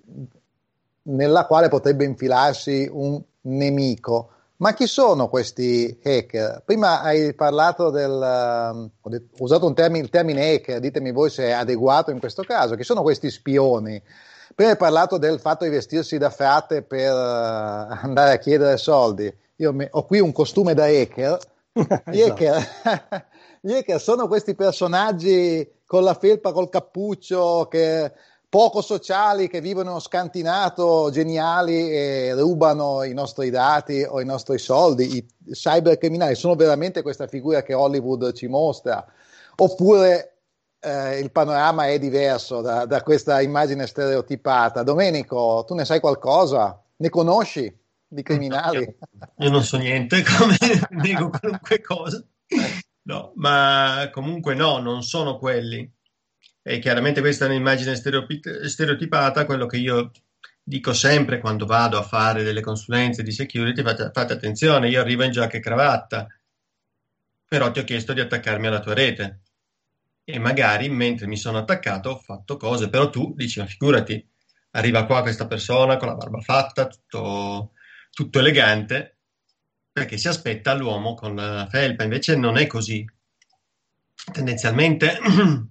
nella quale potrebbe infilarsi un nemico. Ma chi sono questi hacker? Prima hai parlato del... um, ho, detto, ho usato un termine, il termine hacker, ditemi voi se è adeguato in questo caso. Chi sono questi spioni? Prima hai parlato del fatto di vestirsi da frate per uh, andare a chiedere soldi. Io me, ho qui un costume da hacker. Gli Esatto. hacker, gli hacker sono questi personaggi con la felpa, col cappuccio, che poco sociali, che vivono in uno scantinato, geniali, e rubano i nostri dati o i nostri soldi. I cybercriminali sono veramente questa figura che Hollywood ci mostra, oppure eh, il panorama è diverso da, da questa immagine stereotipata? Domenico, tu ne sai qualcosa? Ne conosci di No, io, criminali? io non so niente, come nego qualunque cosa. No, ma comunque no, non sono quelli. E chiaramente questa è un'immagine stereopi- stereotipata. Quello che io dico sempre quando vado a fare delle consulenze di security: fate, fate attenzione, io arrivo in giacca e cravatta, però ti ho chiesto di attaccarmi alla tua rete. E magari mentre mi sono attaccato ho fatto cose, però tu dici, ma figurati, arriva qua questa persona con la barba fatta, tutto, tutto elegante, perché si aspetta l'uomo con la felpa. Invece non è così. Tendenzialmente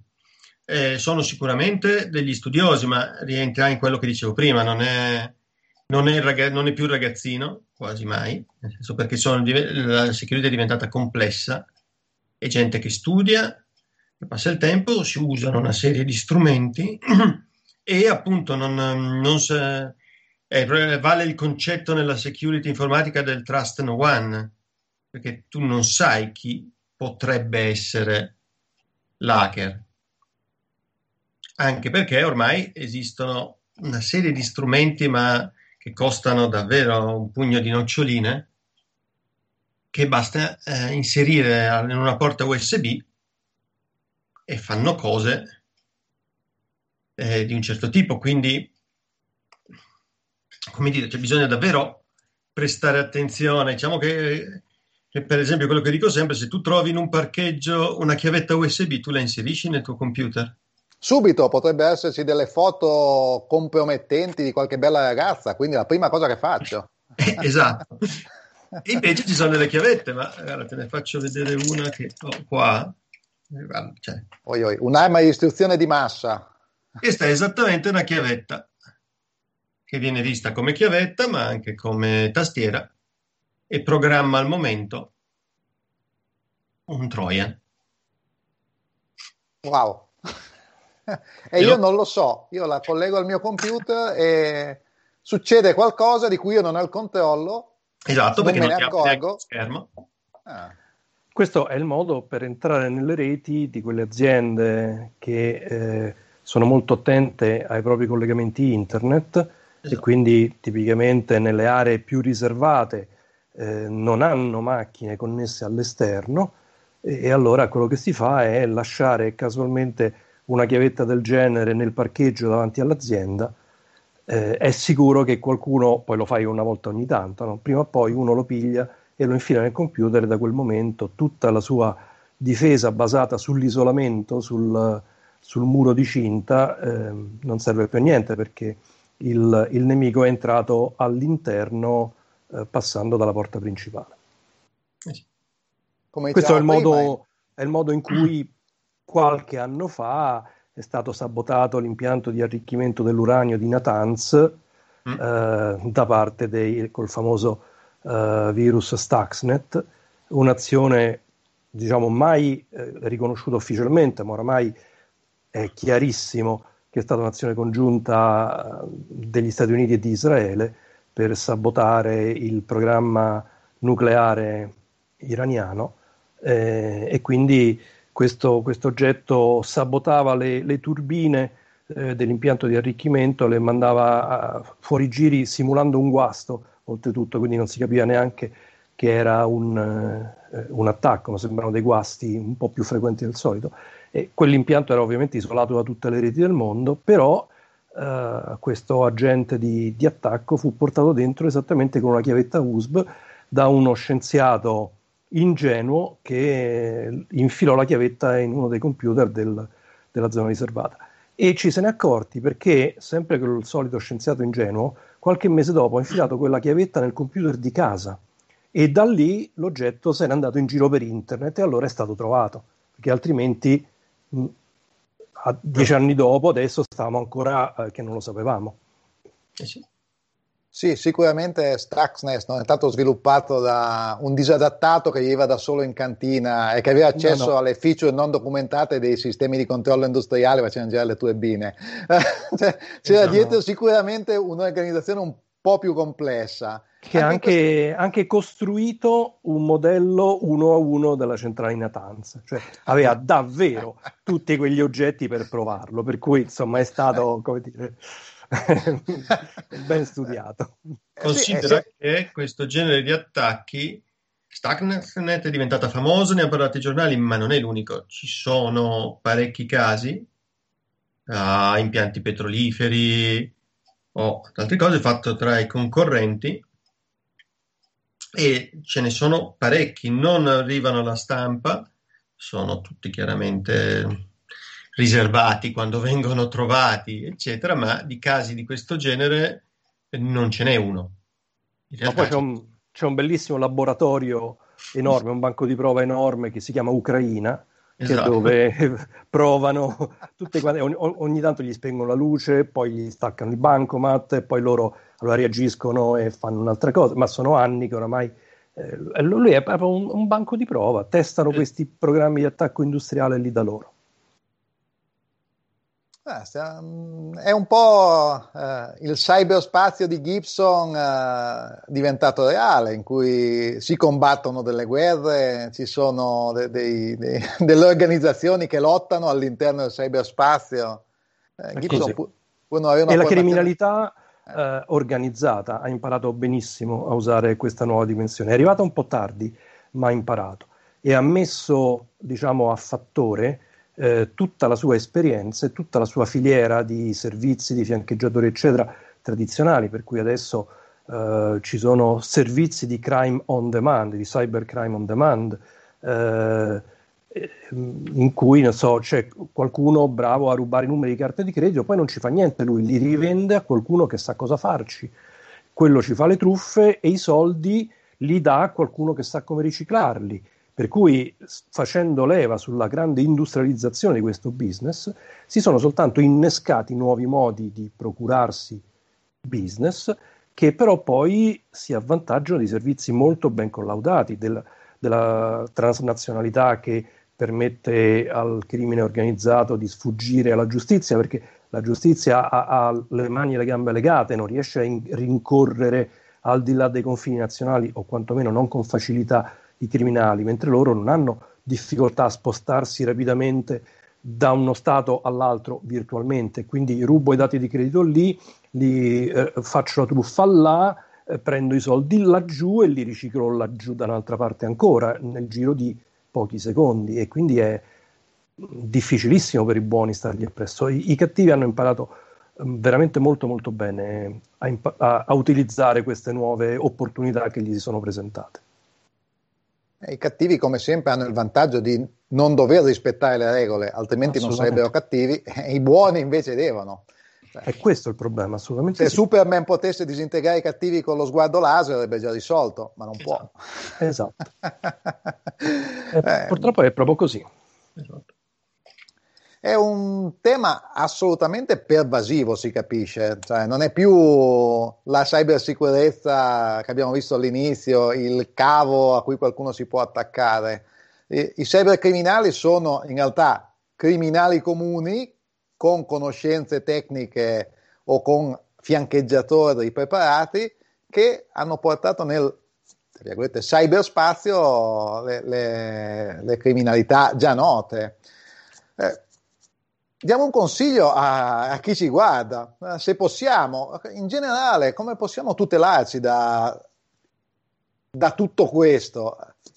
eh, sono sicuramente degli studiosi, ma rientra in quello che dicevo prima: non è, non è, il raga- non è più il ragazzino, quasi mai, nel senso, perché sono div- la security è diventata complessa, è gente che studia, che passa il tempo, si usano una serie di strumenti e appunto non, non se- eh, vale il concetto nella security informatica del trust no one, perché tu non sai chi potrebbe essere l'hacker, anche perché ormai esistono una serie di strumenti, ma che costano davvero un pugno di noccioline, che basta eh, inserire in una porta U S B e fanno cose eh, di un certo tipo. Quindi, come dire, cioè, bisogna davvero prestare attenzione. Diciamo che, che, per esempio, quello che dico sempre: se tu trovi in un parcheggio una chiavetta U S B, tu la inserisci nel tuo computer? Subito potrebbe esserci delle foto compromettenti di qualche bella ragazza, quindi è la prima cosa che faccio. Esatto. E invece ci sono delle chiavette, ma guarda, te ne faccio vedere una che ho qua. Eh, guarda, cioè, Oi, oi, un'arma di distruzione di massa. questa è esattamente una chiavetta, che viene vista come chiavetta, ma anche come tastiera, e programma al momento un Trojan. Wow. E E io lo- non lo so, io la collego al mio computer e succede qualcosa di cui io non ho il controllo, Esatto, non perché me non ne ti apre neanche lo accorgo. schermo. Ah, Questo è il modo per entrare nelle reti di quelle aziende che eh, sono molto attente ai propri collegamenti internet e Esatto. quindi tipicamente nelle aree più riservate eh, non hanno macchine connesse all'esterno, e, e allora quello che si fa è lasciare casualmente una chiavetta del genere nel parcheggio davanti all'azienda. Eh, è sicuro che qualcuno, poi lo fai una volta ogni tanto, no? Prima o poi uno lo piglia e lo infila nel computer, e da quel momento tutta la sua difesa basata sull'isolamento, sul, sul muro di cinta, ehm, non serve più a niente, perché il, il nemico è entrato all'interno eh, passando dalla porta principale. Eh sì. come Questo è dicevamo il prima, eh, modo, è il modo in cui qualche anno fa è stato sabotato l'impianto di arricchimento dell'uranio di Natanz eh, Mm. da parte dei, col famoso eh, virus Stuxnet, un'azione diciamo mai eh, riconosciuta ufficialmente, ma oramai è chiarissimo che è stata un'azione congiunta eh, degli Stati Uniti e di Israele per sabotare il programma nucleare iraniano, eh, e quindi questo, questo oggetto sabotava le, le turbine eh, dell'impianto di arricchimento, le mandava a, fuori giri simulando un guasto, oltretutto, quindi non si capiva neanche che era un, eh, un attacco, ma sembrano dei guasti un po' più frequenti del solito. E quell'impianto era ovviamente isolato da tutte le reti del mondo, però uh, questo agente di, di attacco fu portato dentro esattamente con una chiavetta U S B da uno scienziato ingenuo che infilò la chiavetta in uno dei computer del, della zona riservata. E ci se ne è accorti perché, sempre con il solito scienziato ingenuo, qualche mese dopo ha infilato quella chiavetta nel computer di casa e da lì l'oggetto se n'è andato in giro per internet e allora è stato trovato, perché altrimenti mh, a dieci anni dopo adesso stavamo ancora eh, che non lo sapevamo. Eh sì. Sì, sicuramente Stuxnet non è stato sviluppato da un disadattato che viveva da solo in cantina e che aveva accesso No, no. alle feature non documentate dei sistemi di controllo industriale facendo girare le turbine. Cioè, c'era Esatto. dietro sicuramente un'organizzazione un po' più complessa. Che ha Anche in anche, questo... anche costruito un modello uno a uno della centrale di Natanz, cioè aveva davvero tutti quegli oggetti per provarlo, per cui insomma è stato, come dire, ben studiato. Eh sì, eh Considera sì. che questo genere di attacchi, Stuxnet è diventata famosa, ne hanno parlato i giornali, ma non è l'unico. Ci sono parecchi casi a impianti petroliferi o altre cose fatto tra i concorrenti e ce ne sono parecchi, non arrivano alla stampa, sono tutti chiaramente riservati quando vengono trovati, eccetera, ma di casi di questo genere non ce n'è uno. In Ma poi realtà c'è c'è. un, c'è un bellissimo laboratorio enorme, un banco di prova enorme che si chiama Ucraina, che è Esatto. dove provano tutte quante, ogni, ogni tanto gli spengono la luce, poi gli staccano il bancomat e poi loro allora reagiscono e fanno un'altra cosa, ma sono anni che oramai eh, lui è proprio un, un banco di prova, testano questi programmi di attacco industriale lì da loro. Ah, stiamo- è un po' eh, il cyberspazio di Gibson eh, diventato reale, in cui si combattono delle guerre, ci sono de- dei- dei- delle organizzazioni che lottano all'interno del cyberspazio. Eh, È Gibson così. pu- pur non avere E una la formazione... criminalità eh, eh, organizzata ha imparato benissimo a usare questa nuova dimensione. È arrivata un po' tardi, ma ha imparato e ha messo, diciamo, a fattore eh, tutta la sua esperienza e tutta la sua filiera di servizi, di fiancheggiatori, eccetera, tradizionali, per cui adesso eh, ci sono servizi di crime on demand, di cybercrime on demand, eh, in cui, non so, c'è qualcuno bravo a rubare i numeri di carte di credito, poi non ci fa niente lui, li rivende a qualcuno che sa cosa farci. Quello ci fa le truffe e i soldi li dà a qualcuno che sa come riciclarli. Per cui, facendo leva sulla grande industrializzazione di questo business, si sono soltanto innescati nuovi modi di procurarsi business che però poi si avvantaggiano di servizi molto ben collaudati, del, della transnazionalità che permette al crimine organizzato di sfuggire alla giustizia, perché la giustizia ha, ha le mani e le gambe legate, non riesce a in, rincorrere al di là dei confini nazionali o quantomeno non con facilità i criminali, mentre loro non hanno difficoltà a spostarsi rapidamente da uno stato all'altro virtualmente, quindi rubo i dati di credito lì, li eh, faccio la truffa là, eh, prendo i soldi laggiù e li riciclo laggiù da un'altra parte ancora nel giro di pochi secondi e quindi è difficilissimo per i buoni stargli appresso. I, i cattivi hanno imparato um, veramente molto molto bene a, impa- a, a utilizzare queste nuove opportunità che gli si sono presentate. I cattivi, come sempre, hanno il vantaggio di non dover rispettare le regole, altrimenti non sarebbero cattivi, e i buoni invece devono. Cioè, è questo il problema, assolutamente se sì. Superman potesse disintegrare i cattivi con lo sguardo laser, avrebbe già risolto, ma non può. Esatto. eh, purtroppo è proprio così. Esatto. È un tema assolutamente pervasivo, si capisce, cioè, non è più la cybersicurezza che abbiamo visto all'inizio, il cavo a cui qualcuno si può attaccare. I, i cybercriminali sono in realtà criminali comuni con conoscenze tecniche o con fiancheggiatori preparati che hanno portato nel cyberspazio le, le, le criminalità già note. Eh, Diamo un consiglio a, a chi ci guarda, se possiamo, in generale, come possiamo tutelarci da, da tutto questo?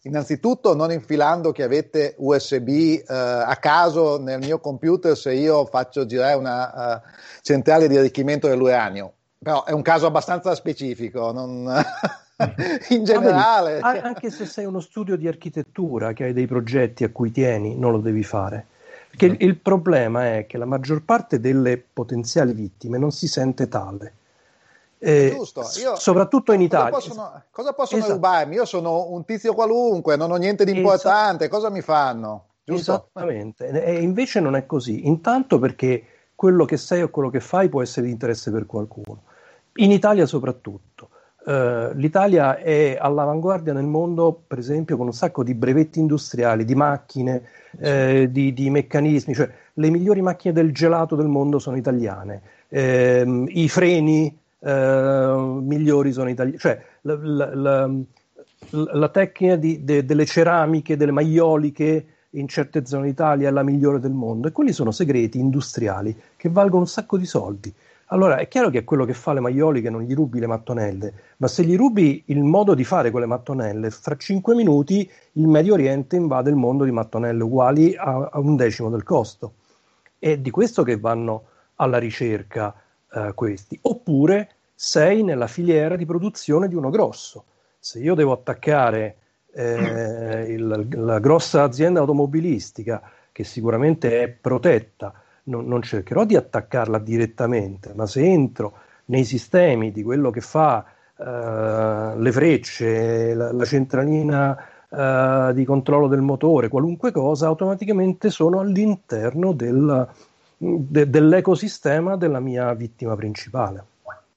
innanzitutto non infilando chiavette U S B uh, a caso nel mio computer se io faccio girare una uh, centrale di arricchimento dell'uranio. Però è un caso abbastanza specifico, non... in generale. Ah, vedi, anche se sei uno studio di architettura, che hai dei progetti a cui tieni, non lo devi fare. Perché il, il problema è che la maggior parte delle potenziali vittime non si sente tale. Eh, Giusto. Io, soprattutto in Italia. Cosa possono, cosa possono esatto. rubarmi? Io sono un tizio qualunque, non ho niente di importante, esatto. Cosa mi fanno? Giusto? Esattamente. E invece non è così. Intanto perché quello che sei o quello che fai può essere di interesse per qualcuno. In Italia soprattutto. Uh, L'Italia è all'avanguardia nel mondo, per esempio, con un sacco di brevetti industriali, di macchine, eh, di, di meccanismi, cioè le migliori macchine del gelato del mondo sono italiane, eh, i freni eh, migliori sono italiani, cioè la, la, la, la tecnica di, de, delle ceramiche, delle maioliche in certe zone d'Italia è la migliore del mondo, e quelli sono segreti industriali che valgono un sacco di soldi. Allora è chiaro che è quello che fa le maioliche, non gli rubi le mattonelle, ma se gli rubi il modo di fare quelle mattonelle, fra cinque minuti il Medio Oriente invade il mondo di mattonelle uguali a, a un decimo del costo. È di questo che vanno alla ricerca eh, questi. Oppure sei nella filiera di produzione di uno grosso. Se io devo attaccare eh, il, la grossa azienda automobilistica, che sicuramente è protetta, Non, non cercherò di attaccarla direttamente, ma se entro nei sistemi di quello che fa uh, le frecce, la, la centralina uh, di controllo del motore, qualunque cosa, automaticamente sono all'interno del, de, dell'ecosistema della mia vittima principale.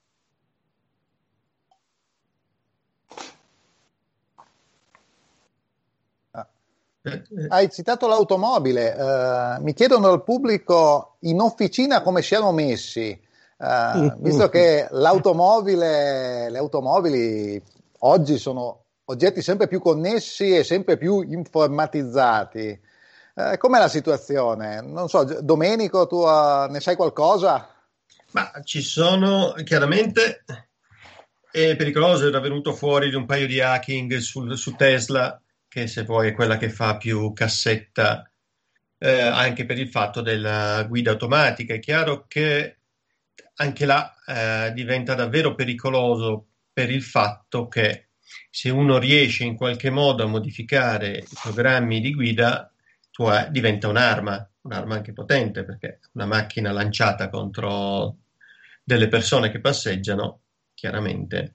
Hai citato l'automobile, uh, mi chiedono al pubblico in officina come siamo messi, uh, visto che l'automobile, le automobili oggi sono oggetti sempre più connessi e sempre più informatizzati. Uh, com'è la situazione? Non so, Domenico, tu uh, ne sai qualcosa? Ma ci sono, chiaramente è pericoloso, era venuto fuori di un paio di hacking sul, su Tesla, che se vuoi è quella che fa più cassetta, eh, anche per il fatto della guida automatica. È chiaro che anche là eh, diventa davvero pericoloso per il fatto che se uno riesce in qualche modo a modificare i programmi di guida, tu hai, diventa un'arma, un'arma anche potente, perché una macchina lanciata contro delle persone che passeggiano, chiaramente.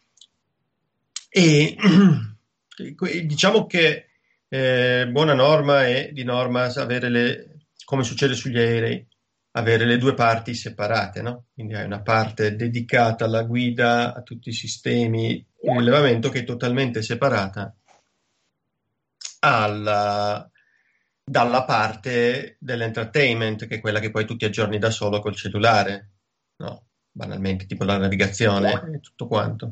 E diciamo che eh, buona norma è di norma avere le, come succede sugli aerei, avere le due parti separate, no? Quindi hai una parte dedicata alla guida, a tutti i sistemi di rilevamento, che è totalmente separata alla, dalla parte dell'entertainment, che è quella che poi tu ti aggiorni da solo col cellulare, no? Banalmente, tipo la navigazione e tutto quanto.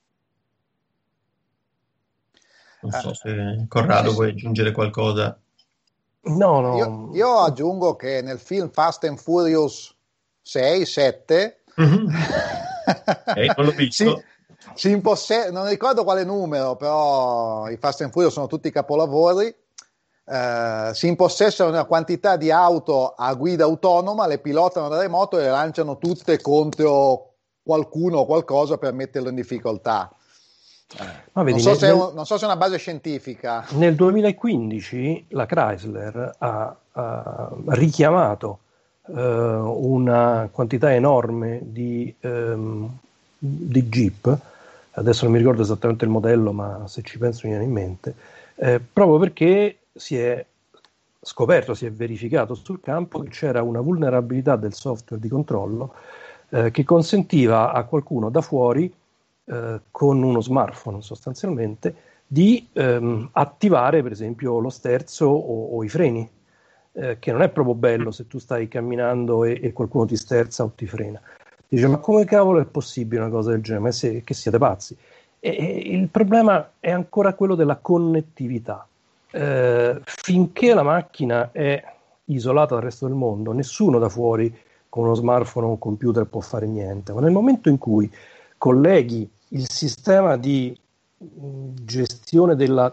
Non so se Corrado vuoi aggiungere qualcosa. No, no. Io, io aggiungo che nel film Fast and Furious sei, sette Mm-hmm. Okay, non l'ho visto. si, si imposse- non ricordo quale numero, però i Fast and Furious sono tutti capolavori. Eh, si impossessano una quantità di auto a guida autonoma, le pilotano da remoto e le lanciano tutte contro qualcuno o qualcosa per metterlo in difficoltà. Ma vedi, non, so nel, se è un, non so se è una base scientifica. Nel duemilaquindici la Chrysler ha, ha richiamato eh, una quantità enorme di, ehm, di Jeep, adesso non mi ricordo esattamente il modello, ma se ci penso mi viene in mente, eh, proprio perché si è scoperto, si è verificato sul campo che c'era una vulnerabilità del software di controllo eh, che consentiva a qualcuno da fuori, eh, con uno smartphone sostanzialmente, di ehm, attivare per esempio lo sterzo o, o i freni, eh, che non è proprio bello se tu stai camminando e, e qualcuno ti sterza o ti frena. Dice, ma come cavolo è possibile una cosa del genere? Ma se, che siete pazzi? E, e il problema è ancora quello della connettività. Eh, finché la macchina è isolata dal resto del mondo, nessuno da fuori con uno smartphone o un computer può fare niente, ma nel momento in cui colleghi il sistema di gestione della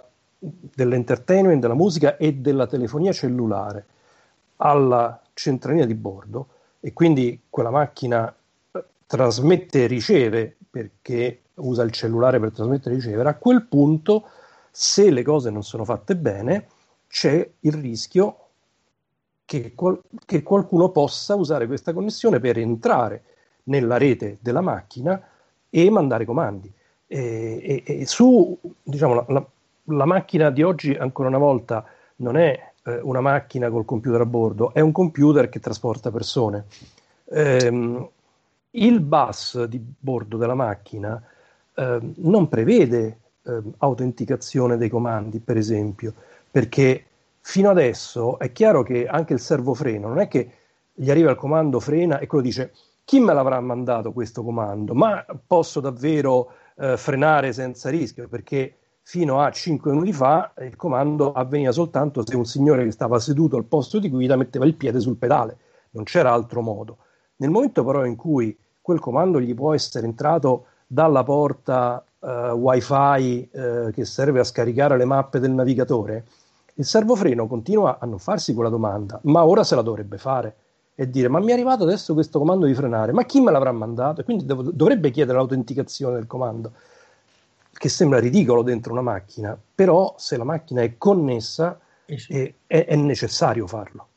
dell'entertainment, della musica e della telefonia cellulare alla centralina di bordo, e quindi quella macchina trasmette e riceve perché usa il cellulare per trasmettere e ricevere, a quel punto, se le cose non sono fatte bene, c'è il rischio che, qual- che qualcuno possa usare questa connessione per entrare nella rete della macchina e mandare comandi. E, e, e su, diciamo, la, la, la macchina di oggi, ancora una volta, non è eh, una macchina col computer a bordo, è un computer che trasporta persone. Ehm, il bus di bordo della macchina eh, non prevede eh, autenticazione dei comandi, per esempio, perché fino adesso è chiaro che anche il servofreno non è che gli arriva il comando frena e quello dice: chi me l'avrà mandato questo comando? Ma posso davvero eh, frenare senza rischio? Perché fino a cinque minuti fa il comando avveniva soltanto se un signore che stava seduto al posto di guida metteva il piede sul pedale, non c'era altro modo. Nel momento però in cui quel comando gli può essere entrato dalla porta eh, wifi eh, che serve a scaricare le mappe del navigatore, il servofreno continua a non farsi quella domanda, ma ora se la dovrebbe fare e dire: ma mi è arrivato adesso questo comando di frenare, ma chi me l'avrà mandato? E quindi dov- dovrebbe chiedere l'autenticazione del comando, che sembra ridicolo dentro una macchina, però se la macchina è connessa Eh sì. è, è, è necessario farlo.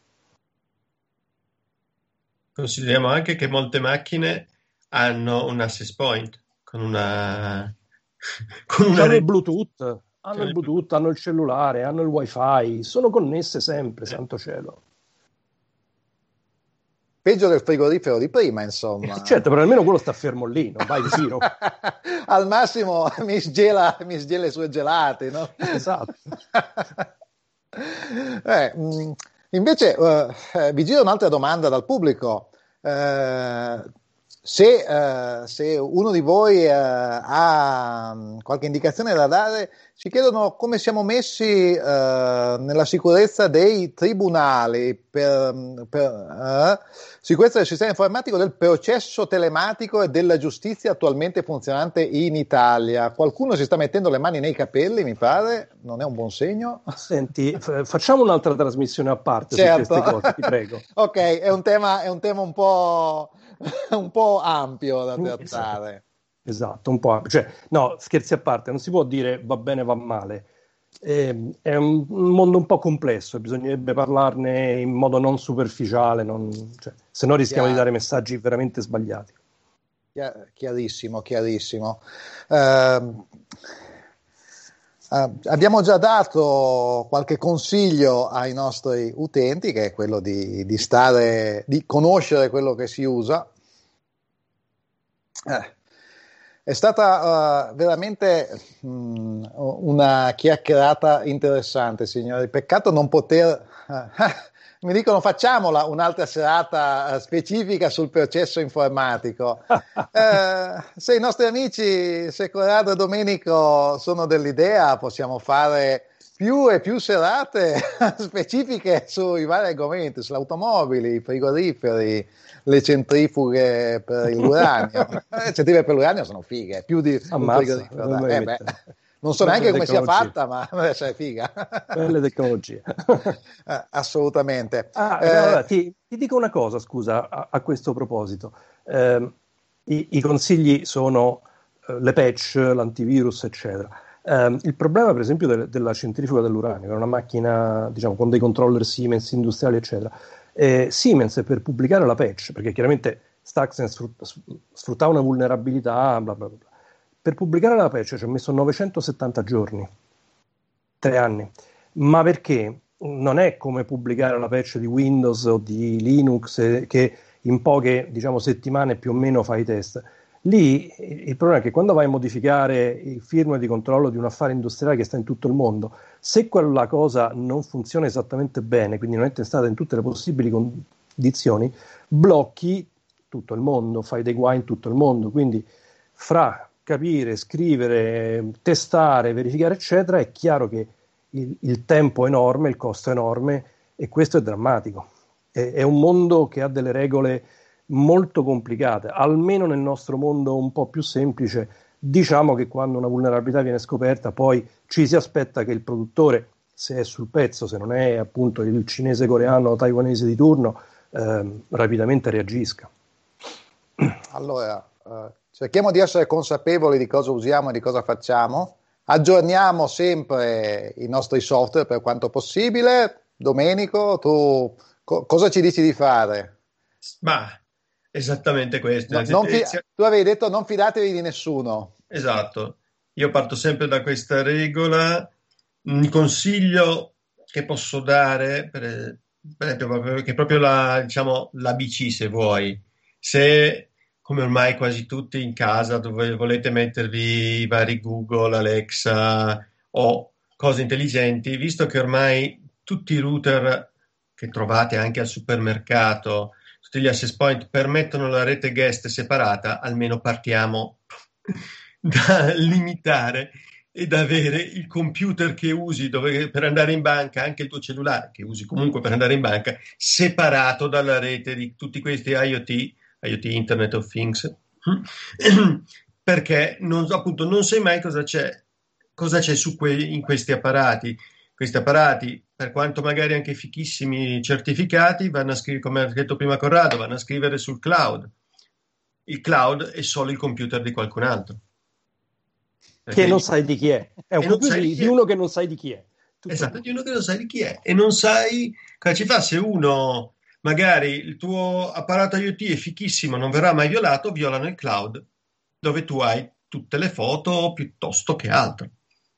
Consideriamo anche che molte macchine hanno un access point con una, con una Hanno il rete. Bluetooth, hanno il Bluetooth, hanno il cellulare, hanno il wifi, sono connesse sempre, santo cielo. Peggio del frigorifero di prima, insomma. Certo, però almeno quello sta fermo lì, non vai in giro. Al massimo mi sgela, mi sgela i suoi gelati, no? Esatto. eh, mh, invece eh, vi giro un'altra domanda dal pubblico. Eh, se, eh, se uno di voi eh, ha qualche indicazione da dare, ci chiedono come siamo messi eh, nella sicurezza dei tribunali, per, per eh, sicurezza del sistema informatico, del processo telematico e della giustizia attualmente funzionante in Italia. Qualcuno si sta mettendo le mani nei capelli, mi pare, non è un buon segno. Senti, f- facciamo un'altra trasmissione a parte Certo. su queste cose, ti prego. Ok, è un tema, è un tema un po', un po' ampio da Esatto. trattare. Esatto, un po'. Cioè, no, scherzi a parte, non si può dire va bene, va male. Eh, è un, un mondo un po' complesso, bisognerebbe parlarne in modo non superficiale, non, cioè, se no rischiamo Chiaro. di dare messaggi veramente sbagliati. Chiarissimo, chiarissimo. Eh, eh, abbiamo già dato qualche consiglio ai nostri utenti, che è quello di, di stare, di conoscere quello che si usa. Eh. È stata uh, veramente mh, una chiacchierata interessante, signori. Peccato non poter... Uh, mi dicono facciamola un'altra serata uh, specifica sul processo informatico. uh, se i nostri amici, se Corrado e Domenico sono dell'idea, possiamo fare più e più serate specifiche sui vari argomenti, sulle automobili, i frigoriferi, le centrifughe per l'uranio. Le centrifughe per l'uranio sono fighe, più di un frigorifero. Eh beh, non so neanche come sia fatta, ma deve essere figa. Belle tecnologie. eh, assolutamente. Ah, eh, allora, ti, ti dico una cosa, scusa, a, a questo proposito. Eh, i, I consigli sono eh, le patch, l'antivirus, eccetera. Eh, il problema, per esempio, del, della centrifuga dell'uranio, che è una macchina, diciamo, con dei controller Siemens industriali, eccetera. Eh, Siemens, per pubblicare la patch, perché chiaramente Stuxnet sfruttava una vulnerabilità, bla bla bla, per pubblicare la patch ci ha messo novecentosettanta giorni, tre anni. Ma perché? Non è come pubblicare la patch di Windows o di Linux, eh, che in poche, diciamo, settimane più o meno fai i test. Lì il problema è che quando vai a modificare il firmware di controllo di un affare industriale che sta in tutto il mondo, se quella cosa non funziona esattamente bene, quindi non è testata in tutte le possibili condizioni, blocchi tutto il mondo, fai dei guai in tutto il mondo. Quindi fra capire, scrivere, testare, verificare, eccetera, è chiaro che il, il tempo è enorme, il costo è enorme, e questo è drammatico. È, è un mondo che ha delle regole molto complicate. Almeno nel nostro mondo un po' più semplice Diciamo che quando una vulnerabilità viene scoperta, poi ci si aspetta che il produttore, se è sul pezzo, se non è appunto il cinese, coreano o taiwanese di turno, ehm, rapidamente reagisca. Allora, eh, cerchiamo di essere consapevoli di cosa usiamo e di cosa facciamo. Aggiorniamo sempre i nostri software per quanto possibile. Domenico, tu co- cosa ci dici di fare? Ma esattamente questo. No, non fi- tu avevi detto non fidatevi di nessuno. Esatto. Io parto sempre da questa regola. Un consiglio che posso dare, per, per esempio, proprio- che è proprio la, diciamo, l'A B C, se vuoi. Se, come ormai quasi tutti in casa, dove volete mettervi i vari Google, Alexa o cose intelligenti, visto che ormai tutti i router che trovate anche al supermercato, tutti gli access point permettono la rete guest separata, almeno partiamo da limitare ed avere il computer che usi dove, per andare in banca, anche il tuo cellulare che usi comunque per andare in banca, separato dalla rete di tutti questi IoT, IoT Internet of Things, perché non, appunto non sai mai cosa c'è, cosa c'è su que- in questi apparati. Questi apparati, per quanto magari anche fichissimi certificati, vanno a scrivere, come ha detto prima Corrado, vanno a scrivere sul cloud. Il cloud è solo il computer di qualcun altro. Che non sai di chi è. È un e non computer sai di, chi di è. uno che non sai di chi è. Tutto Esatto, qui. di uno che non sai di chi è e non sai cosa ci fa. Se uno, magari il tuo apparato IoT è fichissimo, non verrà mai violato, violano il cloud, dove tu hai tutte le foto piuttosto che altro.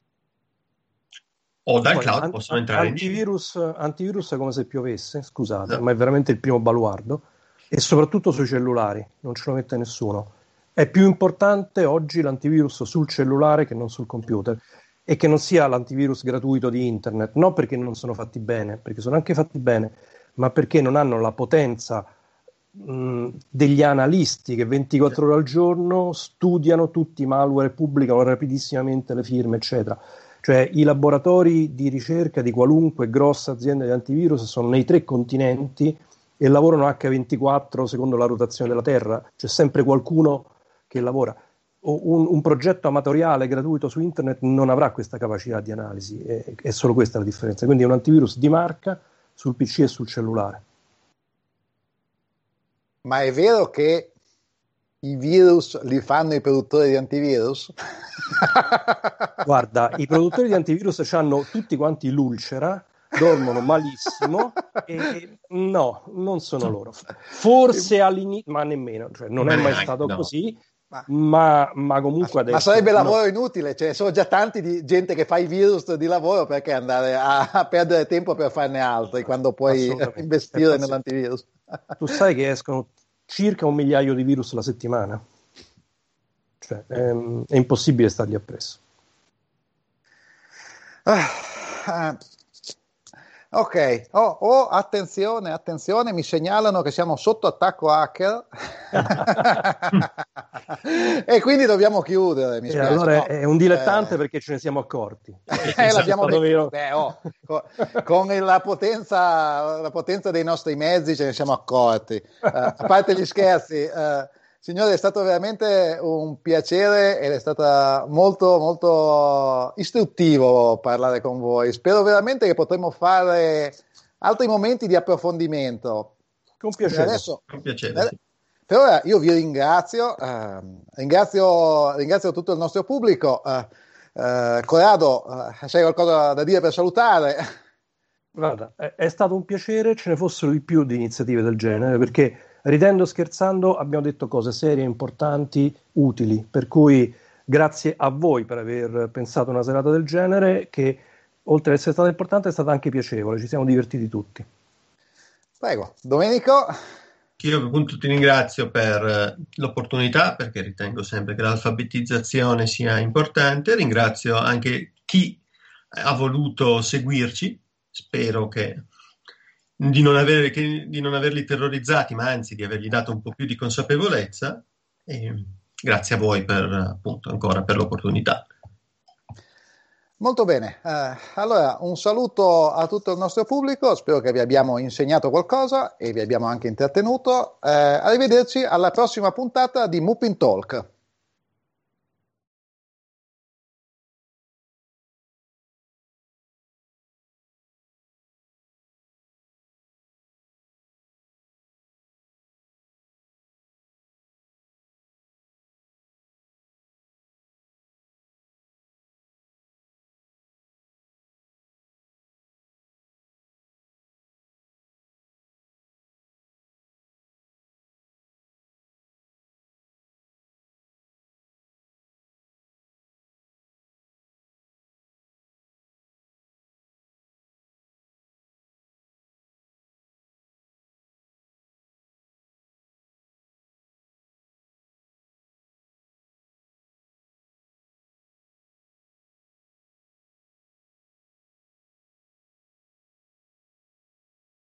O dal Poi, cloud an- possono entrare in giro. antivirus, antivirus è come se piovesse, scusate, Esatto. ma è veramente il primo baluardo. E soprattutto sui cellulari, non ce lo mette nessuno. È più importante oggi l'antivirus sul cellulare che non sul computer. E che non sia l'antivirus gratuito di internet, non perché non sono fatti bene, perché sono anche fatti bene, ma perché non hanno la potenza mh, degli analisti che ventiquattro ore al giorno studiano tutti i malware e pubblicano rapidissimamente le firme, eccetera. Cioè i laboratori di ricerca di qualunque grossa azienda di antivirus sono nei tre continenti e lavorano acca ventiquattro secondo la rotazione della Terra, c'è sempre qualcuno che lavora. Un, un progetto amatoriale gratuito su internet non avrà questa capacità di analisi, è, è solo questa la differenza. Quindi è un antivirus di marca sul P C e sul cellulare. Ma è vero che i virus li fanno i produttori di antivirus? Guarda, i produttori di antivirus hanno tutti quanti l'ulcera, dormono malissimo e no, non sono loro. Forse all'inizio, ma nemmeno, cioè non Ma è mai neanche, stato no. così. Ma, ma comunque ma, adesso ma sarebbe lavoro no. inutile, cioè sono già tanti di gente che fa i virus di lavoro, perché andare a, a perdere tempo per farne altri quando puoi investire nell'antivirus? Tu sai che escono circa un migliaio di virus la settimana, cioè è, è impossibile stargli appresso. Ah, ah. Ok, oh, oh, attenzione, attenzione, mi segnalano che siamo sotto attacco hacker e quindi dobbiamo chiudere, mi E spiace. allora no, è un dilettante eh... perché ce ne siamo accorti. eh, l'abbiamo detto. Beh, oh, con, con la, potenza, la potenza dei nostri mezzi ce ne siamo accorti. Uh, a parte gli scherzi, uh, signore, è stato veramente un piacere ed è stato molto, molto istruttivo parlare con voi. Spero veramente che potremo fare altri momenti di approfondimento. Con piacere. Adesso, con piacere. Sì. Per ora io vi ringrazio, eh, ringrazio, ringrazio tutto il nostro pubblico. Eh, eh, Corrado, eh, c'hai qualcosa da dire per salutare? Guarda, è, è stato un piacere, ce ne fossero di più di iniziative del genere, perché ridendo e scherzando abbiamo detto cose serie, importanti, utili, per cui grazie a voi per aver pensato una serata del genere che oltre ad essere stata importante è stata anche piacevole, ci siamo divertiti tutti. Prego, Domenico. Io appunto ti ringrazio per l'opportunità, perché ritengo sempre che l'alfabetizzazione sia importante. Ringrazio anche chi ha voluto seguirci. Spero che di non, avere, che, di non averli terrorizzati, ma anzi di avergli dato un po' più di consapevolezza. E grazie a voi per, appunto, ancora per l'opportunità. Molto bene, eh, allora un saluto a tutto il nostro pubblico, spero che vi abbiamo insegnato qualcosa e vi abbiamo anche intrattenuto. Eh, arrivederci alla prossima puntata di Muppin Talk.